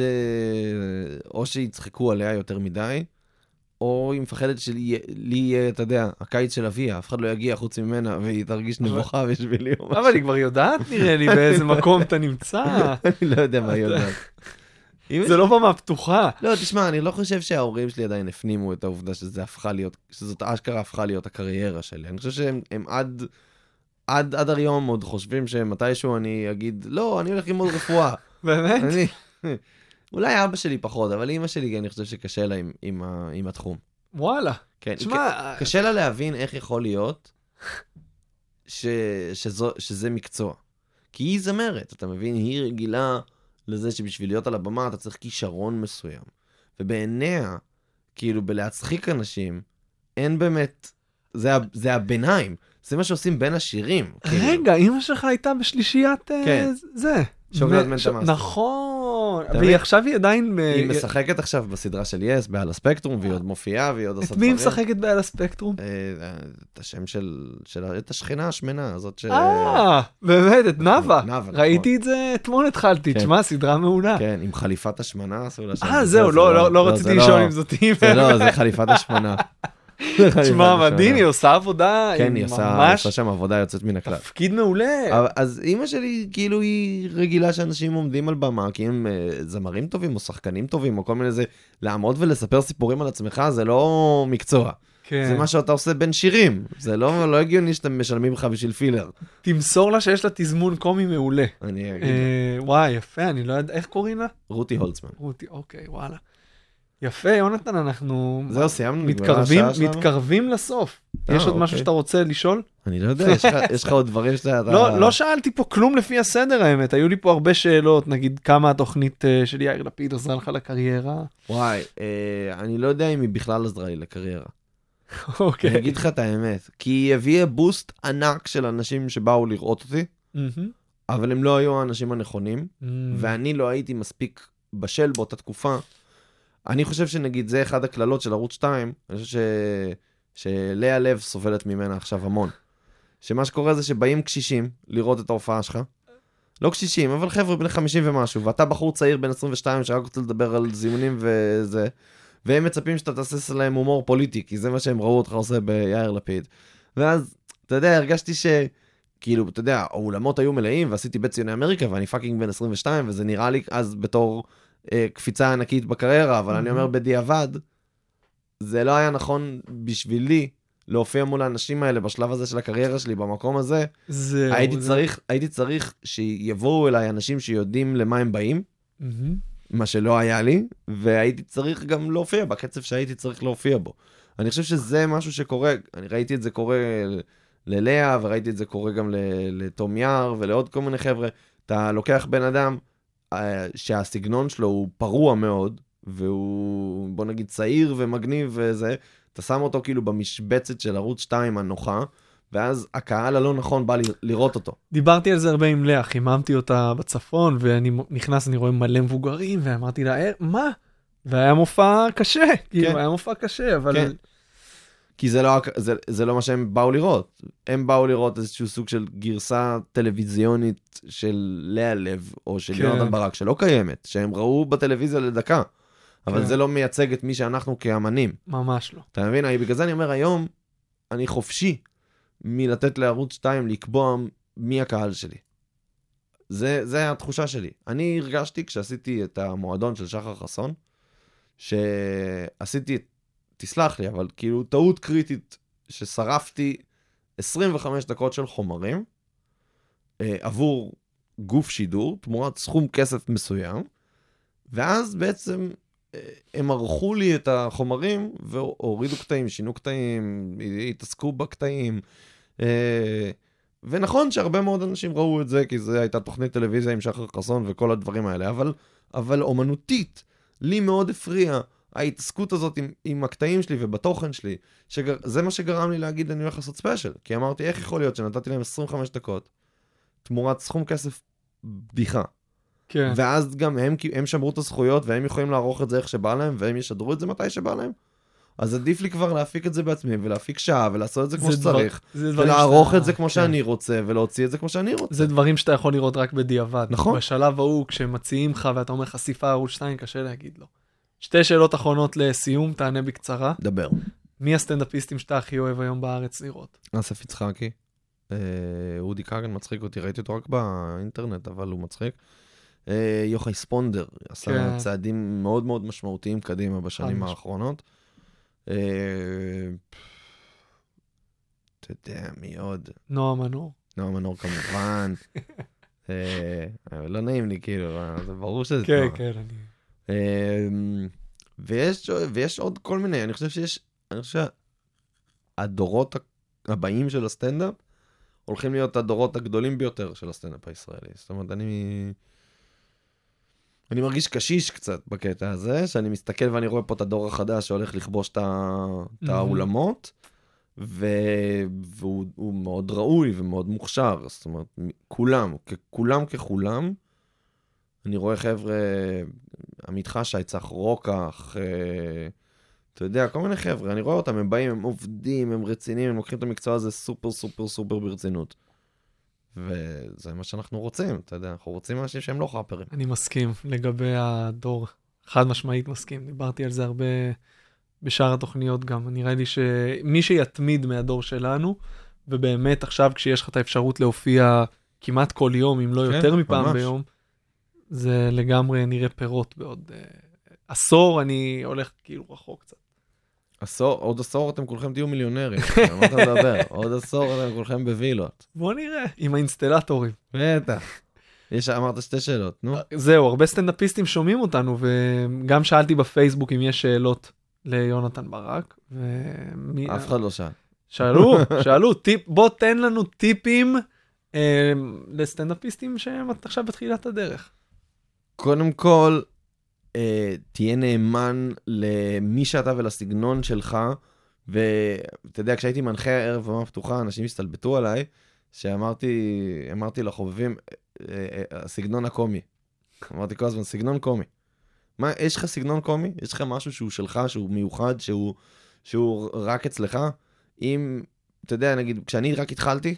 או שיצחקו עליה יותר מדי, או היא מפחדת שלי יהיה, אתה יודע, הקיץ של אביה, אף אחד לא יגיע חוץ ממנה, והיא תרגיש נבוכה בשבילי או משהו. אבל היא כבר יודעת, נראה לי, באיזה מקום אתה נמצא. אני לא יודע מה היא יודעת. זה לא במה פתוחה. לא, תשמע, אני לא חושב שההורים שלי עדיין הפנימו את העובדה שזה הפכה להיות, שזאת אשכרה הפכה להיות הקריירה שלי. אני חושב שהם הם עד, עד, עד היום עוד חושבים שמתישהו אני אגיד, לא, אני הולך ללמוד רפואה. באמת? אני, אולי אבא שלי פחות, אבל אמא שלי, אני חושב שקשה לה עם, עם, ה, עם התחום. וואלה. כן, תשמע, קשה לה להבין איך יכול להיות ש, שזו, שזה מקצוע. כי היא זמרת, אתה מבין? היא רגילה לזה שבשביל להיות על הבמה אתה צריך כישרון מסוים. ובעיניה, כאילו בלהצחיק אנשים, אין באמת, זה, זה הביניים. זה מה שעושים בין השירים. כאילו. רגע, אמא שלך הייתה בשלישיית אה, כן. זה. שוקולד מ- מנטה ש- מאסטר. נכון. אתה והיא מבין? עכשיו היא עדיין... ב- היא משחקת עכשיו בסדרה של יס, בעל הספקטרום, והיא עוד מופיעה, והיא עוד עושה את דברים. מי היא משחקת בעל הספקטרום? אה, את השם של, של, את השכנה השמנה, הזאת ש... אה, באמת, את נאווה. נאווה, ראיתי את זה, אתמול התחלתי. כן. תשמע, סדרה מעולה. כן, עם חליפת השמנה עשו לה שם. אה, זה, זהו, זה לא, לא, לא רציתי זה לשאול לא- אם זאת היא. זה לא, זה חליפת השמנה. זה חליפת תשמע, השמנה. מדהים, היא עושה עבודה, כן, היא היא עושה, ממש עושה שם עבודה יוצאת מן הכלל. תפקיד מעולה. אבל- אז אימא שלי, כאילו, היא רגילה שאנשים עומדים על במה, כי הם אה, זמרים טובים, או שחקנים טובים, או כל מיני זה, לעמוד ולספר סיפורים על עצמך, זה לא מקצוע. כן. זה מה שאתה עושה בין שירים. זה לא, לא הגיוני שאתם משלמים לך בשביל פילר. תמסור לה שיש לה תזמון קומי מעולה. אני אגיד, אה, וואי, יפה, אני לא יודע, איך קוראים לה? רותי הולצמן. רותי, אוקיי, וואלה. יפה, יונתן, אנחנו זהו, סיימנו. נגמרה מתקרבים, השעה שלנו? מתקרבים לסוף. אה, יש עוד משהו אוקיי. שאתה רוצה לשאול? אני לא יודע, יש לך- יש לך עוד דברים שאתה... לא, לא שאלתי פה כלום לפי הסדר האמת, היו לי פה הרבה שאלות, נגיד כמה התוכנית אה, של יאיר לפיד עזרה לך לקריירה. וואי, אה, אני לא יודע אם היא בכלל עזרה לי לקריירה. אני אוקיי. אגיד לך את האמת. כי היא הביאה בוסט ענק של אנשים שבאו לראות אותי, מהמם. אבל הם לא היו האנשים הנכונים, מהמם. ואני לא הייתי מספיק בשל באותה תקופה. אני חושב שנגיד זה אחד הכללות של ערוץ שתיים, אני חושב ש... שלאה לב סובלת ממנה עכשיו המון. שמה שקורה זה שבאים קשישים לראות את ההופעה שלך, לא קשישים, אבל חבר'ה בני חמישים ומשהו, ואתה בחור צעיר בן עשרים ושתיים שרק רוצה לדבר על זימונים וזה, והם מצפים שאתה תעשה להם הומור פוליטי, כי זה מה שהם ראו אותך עושה ביאיר לפיד. ואז, אתה יודע, הרגשתי ש... כאילו, אתה יודע, האולמות היו מלאים, ועשיתי בית ציוני אמריקה, ואני פאקינג בן עשרים ושתיים, וזה נראה לי אז בתור אה, קפיצה ענקית בקריירה, אבל אני אומר בדיעבד, זה לא היה נכון בשבילי להופיע מול האנשים האלה בשלב הזה של הקריירה שלי, במקום הזה. זה, הייתי, זה... צריך, הייתי צריך שיבואו אליי אנשים שיודעים למה הם באים, Mm-hmm. מה שלא היה לי, והייתי צריך גם להופיע בקצב שהייתי צריך להופיע בו. אני חושב שזה משהו שקורה, אני ראיתי את זה קורה ללאה, וראיתי את זה קורה גם לתום יער, ולעוד כל מיני חבר'ה. אתה לוקח בן אדם שהסגנון שלו הוא פרוע מאוד, והוא, בוא נגיד, צעיר ומגניב וזה, אתה שם אותו כאילו במשבצת של ערוץ שתיים הנוחה, ואז הקהל הלא נכון בא לראות אותו. דיברתי על זה הרבה עם לאה, חיממתי אותה בצפון, ואני נכנס, אני רואה מלא מבוגרים, ואמרתי לה, אה, מה? והיה מופע קשה, כאילו, היה מופע קשה, אבל... כן. כי זה לא, זה, זה לא מה שהם באו לראות. הם באו לראות איזשהו סוג של גרסה טלוויזיונית של לאה לב, או של כן. יונתן ברק, שלא קיימת, שהם ראו בטלוויזיה לדקה. אבל כן. זה לא מייצג את מי שאנחנו כאמנים. ממש לא. אתה מבין? בגלל זה אני אומר, היום אני חופשי מלתת לערוץ שתיים לקבוע מי הקהל שלי. זה, זה התחושה שלי. אני הרגשתי כשעשיתי את המועדון של שחר חסון, שעשיתי, תסלח לי, אבל כאילו טעות קריטית, ששרפתי עשרים וחמש דקות של חומרים, אה, עבור גוף שידור, תמורת סכום כסף מסוים, ואז בעצם אה, הם ערכו לי את החומרים, והורידו קטעים, שינו קטעים, התעסקו בקטעים, אה, ונכון שהרבה מאוד אנשים ראו את זה, כי זו הייתה תוכנית טלוויזיה עם שחר חסון וכל הדברים האלה, אבל, אבל אומנותית, לי מאוד הפריע ההתעסקות הזאת עם, עם הקטעים שלי ובתוכן שלי, שגר, זה מה שגרם לי להגיד, אני הולך לעשות ספיישל, כי אמרתי, איך יכול להיות שנתתי להם עשרים וחמש דקות, תמורת סכום כסף בדיחה. כן. ואז גם הם, הם שמרו את הזכויות, והם יכולים לערוך את זה איך שבא להם, והם ישדרו את זה מתי שבא להם. אז עדיף לי כבר להפיק את זה בעצמי, ולהפיק שעה, ולעשות את זה כמו שצריך, ולערוך את זה כמו שאני רוצה, ולהוציא את זה כמו שאני רוצה. זה דברים שאתה יכול לראות רק בדיעבד. נכון. בשלב ההוא, כשמציעים לך, ואתה אומר חשיפה ערוץ שתיים, קשה להגיד לו. שתי שאלות אחרונות לסיום, תענה בקצרה. דבר. מי הסטנדאפיסטים שאתה הכי אוהב היום בארץ לראות? אסף יצחקי. אודי כגן מצחיק אותי, ראיתי אותו רק באינטרנט, אבל הוא מצחיק. יוחאי ספונדר, עשה צעדים מאוד מאוד משמעותיים קדימה בשנים האחרונות. אתה יודע, מי עוד? נועה מנור. נועה מנור כמובן. לא נעים לי, כאילו, זה ברור שזה כן, נועה. כן, אני... ויש עוד כל מיני, אני חושב שיש, אני חושב שהדורות הבאים של הסטנדאפ, הולכים להיות הדורות הגדולים ביותר של הסטנדאפ הישראלי. זאת אומרת, אני... אני מרגיש קשיש קצת בקטע הזה, שאני מסתכל ואני רואה פה את הדור החדש שהולך לכבוש את האולמות, והוא מאוד ראוי ומאוד מוכשר. זאת אומרת, כולם, כולם ככולם, אני רואה חבר'ה, עמית חשי, צח רוקח, אתה יודע, כל מיני חבר'ה, אני רואה אותם, הם באים, הם עובדים, הם רציניים, הם לוקחים את המקצוע הזה סופר סופר סופר ברצינות. וזה מה שאנחנו רוצים, אתה יודע, אנחנו רוצים אנשים שהם לא חאפרים. אני מסכים לגבי הדור, חד משמעית מסכים, דיברתי על זה הרבה בשאר התוכניות גם, נראה לי שמי שיתמיד מהדור שלנו, ובאמת עכשיו כשיש לך את האפשרות להופיע כמעט כל יום, אם לא יותר מפעם ביום, זה לגמרי נראה פירות בעוד עשור, אני הולך כאילו רחוק קצת. עשור, עוד עשור אתם כולכם תהיו מיליונרים, מה אתה מדבר? עוד עשור אתם כולכם בווילות. בוא נראה, עם האינסטלטורים. בטח. יש, אמרת שתי שאלות, נו. זהו, הרבה סטנדאפיסטים שומעים אותנו, וגם שאלתי בפייסבוק אם יש שאלות ליונתן ברק. אף אחד לא שאל. שאלו, שאלו, בוא תן לנו טיפים לסטנדאפיסטים שהם עכשיו בתחילת הדרך. קודם כל, תהיה נאמן למי שאתה ולסגנון שלך, ואתה יודע, כשהייתי מנחה ערב במה פתוחה, אנשים הסתלבטו עליי, שאמרתי, אמרתי לחובבים, הסגנון הקומי. אמרתי כל הזמן, סגנון קומי. מה, יש לך סגנון קומי? יש לך משהו שהוא שלך, שהוא מיוחד, שהוא, שהוא רק אצלך? אם, אתה יודע, נגיד, כשאני רק התחלתי,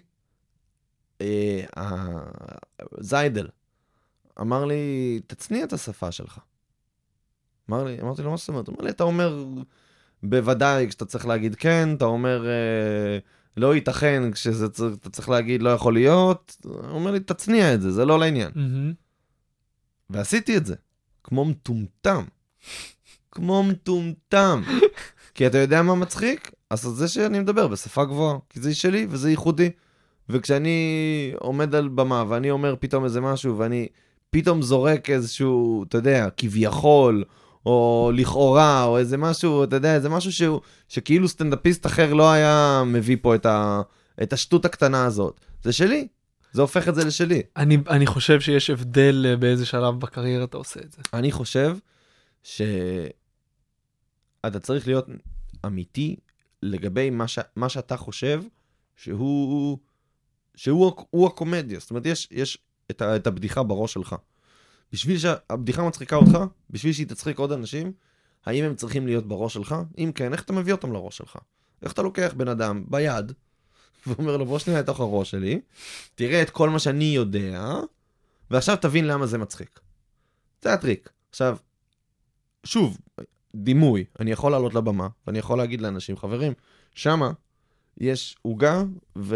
זיידל אמר לי, תצניע את השפה שלך. אמר לי, אמרתי לו, מה זאת אומרת? אמר לי, אתה אומר, בוודאי, כשאתה צריך להגיד כן, אתה אומר, לא ייתכן כשזה צריך, אתה צריך להגיד לא יכול להיות, הוא אומר לי תצניע את זה, זה לא לעניין. Mm-hmm. ועשיתי את זה, כמו מטומטם. כמו מטומטם. כי אתה יודע מה מצחיק? אז זה שאני מדבר בשפה גבוהה, כי זה שלי וזה ייחודי. וכשאני עומד על במה ואני אומר פתאום איזה משהו, ואני פתאום זורק איזשהו, אתה יודע, כביכול, או לכאורה, או איזה משהו, אתה יודע, איזה משהו שהוא, שכאילו סטנדאפיסט אחר לא היה מביא פה את, ה, את השטות הקטנה הזאת. זה שלי. זה הופך את זה לשלי. אני, אני חושב שיש הבדל באיזה שלב בקריירה אתה עושה את זה. אני חושב שאתה צריך להיות אמיתי לגבי מה, ש... מה שאתה חושב שהוא, שהוא הוא הקומדיה. זאת אומרת, יש, יש את, ה... את הבדיחה בראש שלך. בשביל שהבדיחה מצחיקה אותך, בשביל שהיא תצחיק עוד אנשים, האם הם צריכים להיות בראש שלך? אם כן, איך אתה מביא אותם לראש שלך? איך אתה לוקח בן אדם ביד, ואומר לו, בוא שנייה לתוך הראש שלי, תראה את כל מה שאני יודע, ועכשיו תבין למה זה מצחיק. זה הטריק. עכשיו, שוב, דימוי, אני יכול לעלות לבמה, ואני יכול להגיד לאנשים, חברים, שמה יש עוגה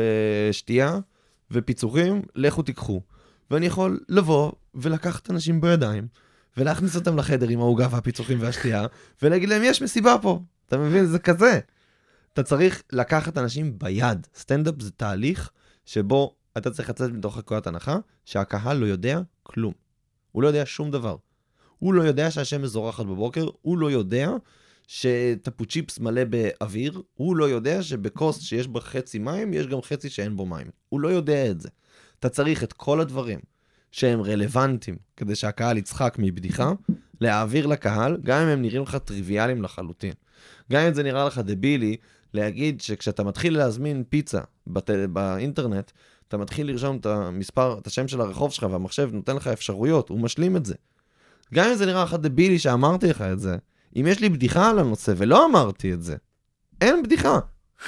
ושתייה ופיצוחים, לכו תיקחו. ואני יכול לבוא ולקחת אנשים בידיים, ולהכניס אותם לחדר עם העוגה והפיצוחים והשתייה, ולהגיד להם, יש מסיבה פה. אתה מבין? זה כזה. אתה צריך לקחת אנשים ביד. סטנדאפ זה תהליך שבו אתה צריך לצאת מתוך נקודת הנחה, שהקהל לא יודע כלום. הוא לא יודע שום דבר. הוא לא יודע שהשמש זורחת בבוקר, הוא לא יודע שטפו צ'יפס מלא באוויר, הוא לא יודע שבכוס שיש בה חצי מים, יש גם חצי שאין בו מים. הוא לא יודע את זה. אתה צריך את כל הדברים שהם רלוונטיים, כדי שהקהל יצחק מבדיחה, להעביר לקהל, גם אם הם נראים לך טריוויאליים לחלוטין. גם אם זה נראה לך דבילי, להגיד שכשאתה מתחיל להזמין פיצה בת... באינטרנט, אתה מתחיל לרשום את המספר, את השם של הרחוב שלך, והמחשב נותן לך אפשרויות, הוא משלים את זה. גם אם זה נראה לך דבילי שאמרתי לך את זה, אם יש לי בדיחה על הנושא ולא אמרתי את זה, אין בדיחה.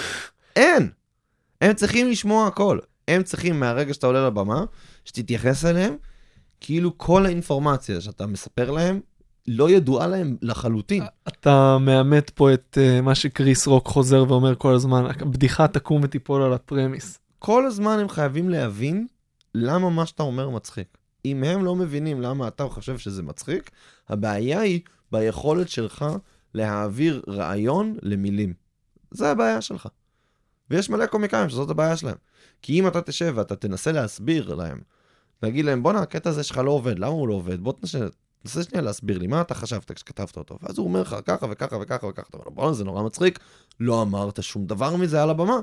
אין. הם צריכים לשמוע הכל. הם צריכים מהרגע שאתה עולה לבמה, שתתייחס אליהם, כאילו כל האינפורמציה שאתה מספר להם, לא ידועה להם לחלוטין. אתה מאמת פה את uh, מה שקריס רוק חוזר ואומר כל הזמן, הבדיחה תקום ותיפול על הפרמיס. כל הזמן הם חייבים להבין למה מה שאתה אומר מצחיק. אם הם לא מבינים למה אתה חושב שזה מצחיק, הבעיה היא ביכולת שלך להעביר רעיון למילים. זה הבעיה שלך. ויש מלא קומיקאים שזאת הבעיה שלהם. כי אם אתה תשב ואתה תנסה להסביר להם, להגיד להם, בוא נה, הקטע הזה שלך לא עובד, למה הוא לא עובד? בוא תנסה, תנסה שנייה להסביר לי, מה אתה חשבת כשכתבת אותו? ואז הוא אומר לך ככה וככה וככה וככה, אתה אומר, בוא, זה נורא מצחיק, לא אמרת שום דבר מזה על הבמה.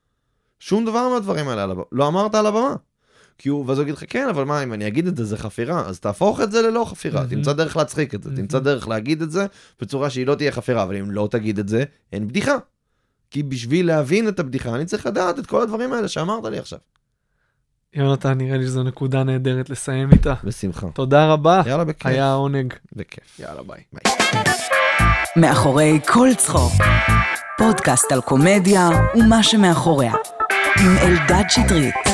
שום דבר מהדברים האלה על הבמה. לא אמרת על הבמה. כי הוא, ואז הוא יגיד לך, כן, אבל מה, אם אני אגיד את זה, זה חפירה, אז תהפוך את זה ללא חפירה, תמצא דרך להצחיק את זה, תמצא דרך להגיד את זה, בצורה שהיא לא תהיה חפירה, אבל אם לא תגיד את זה, אין בדיחה. כי בשביל להבין את הבדיחה, אני צריך לדעת את כל הדברים האלה שאמרת לי עכשיו. יונתן, נראה לי שזו נקודה נהדרת לסיים איתה. בשמחה. תודה רבה. יאללה, בכיף. היה עונג. בכיף. יאללה, ביי. ביי. מאחורי כל צחוק. פודקאסט על קומדיה ומה שמאחוריה. עם אלדד שטרית.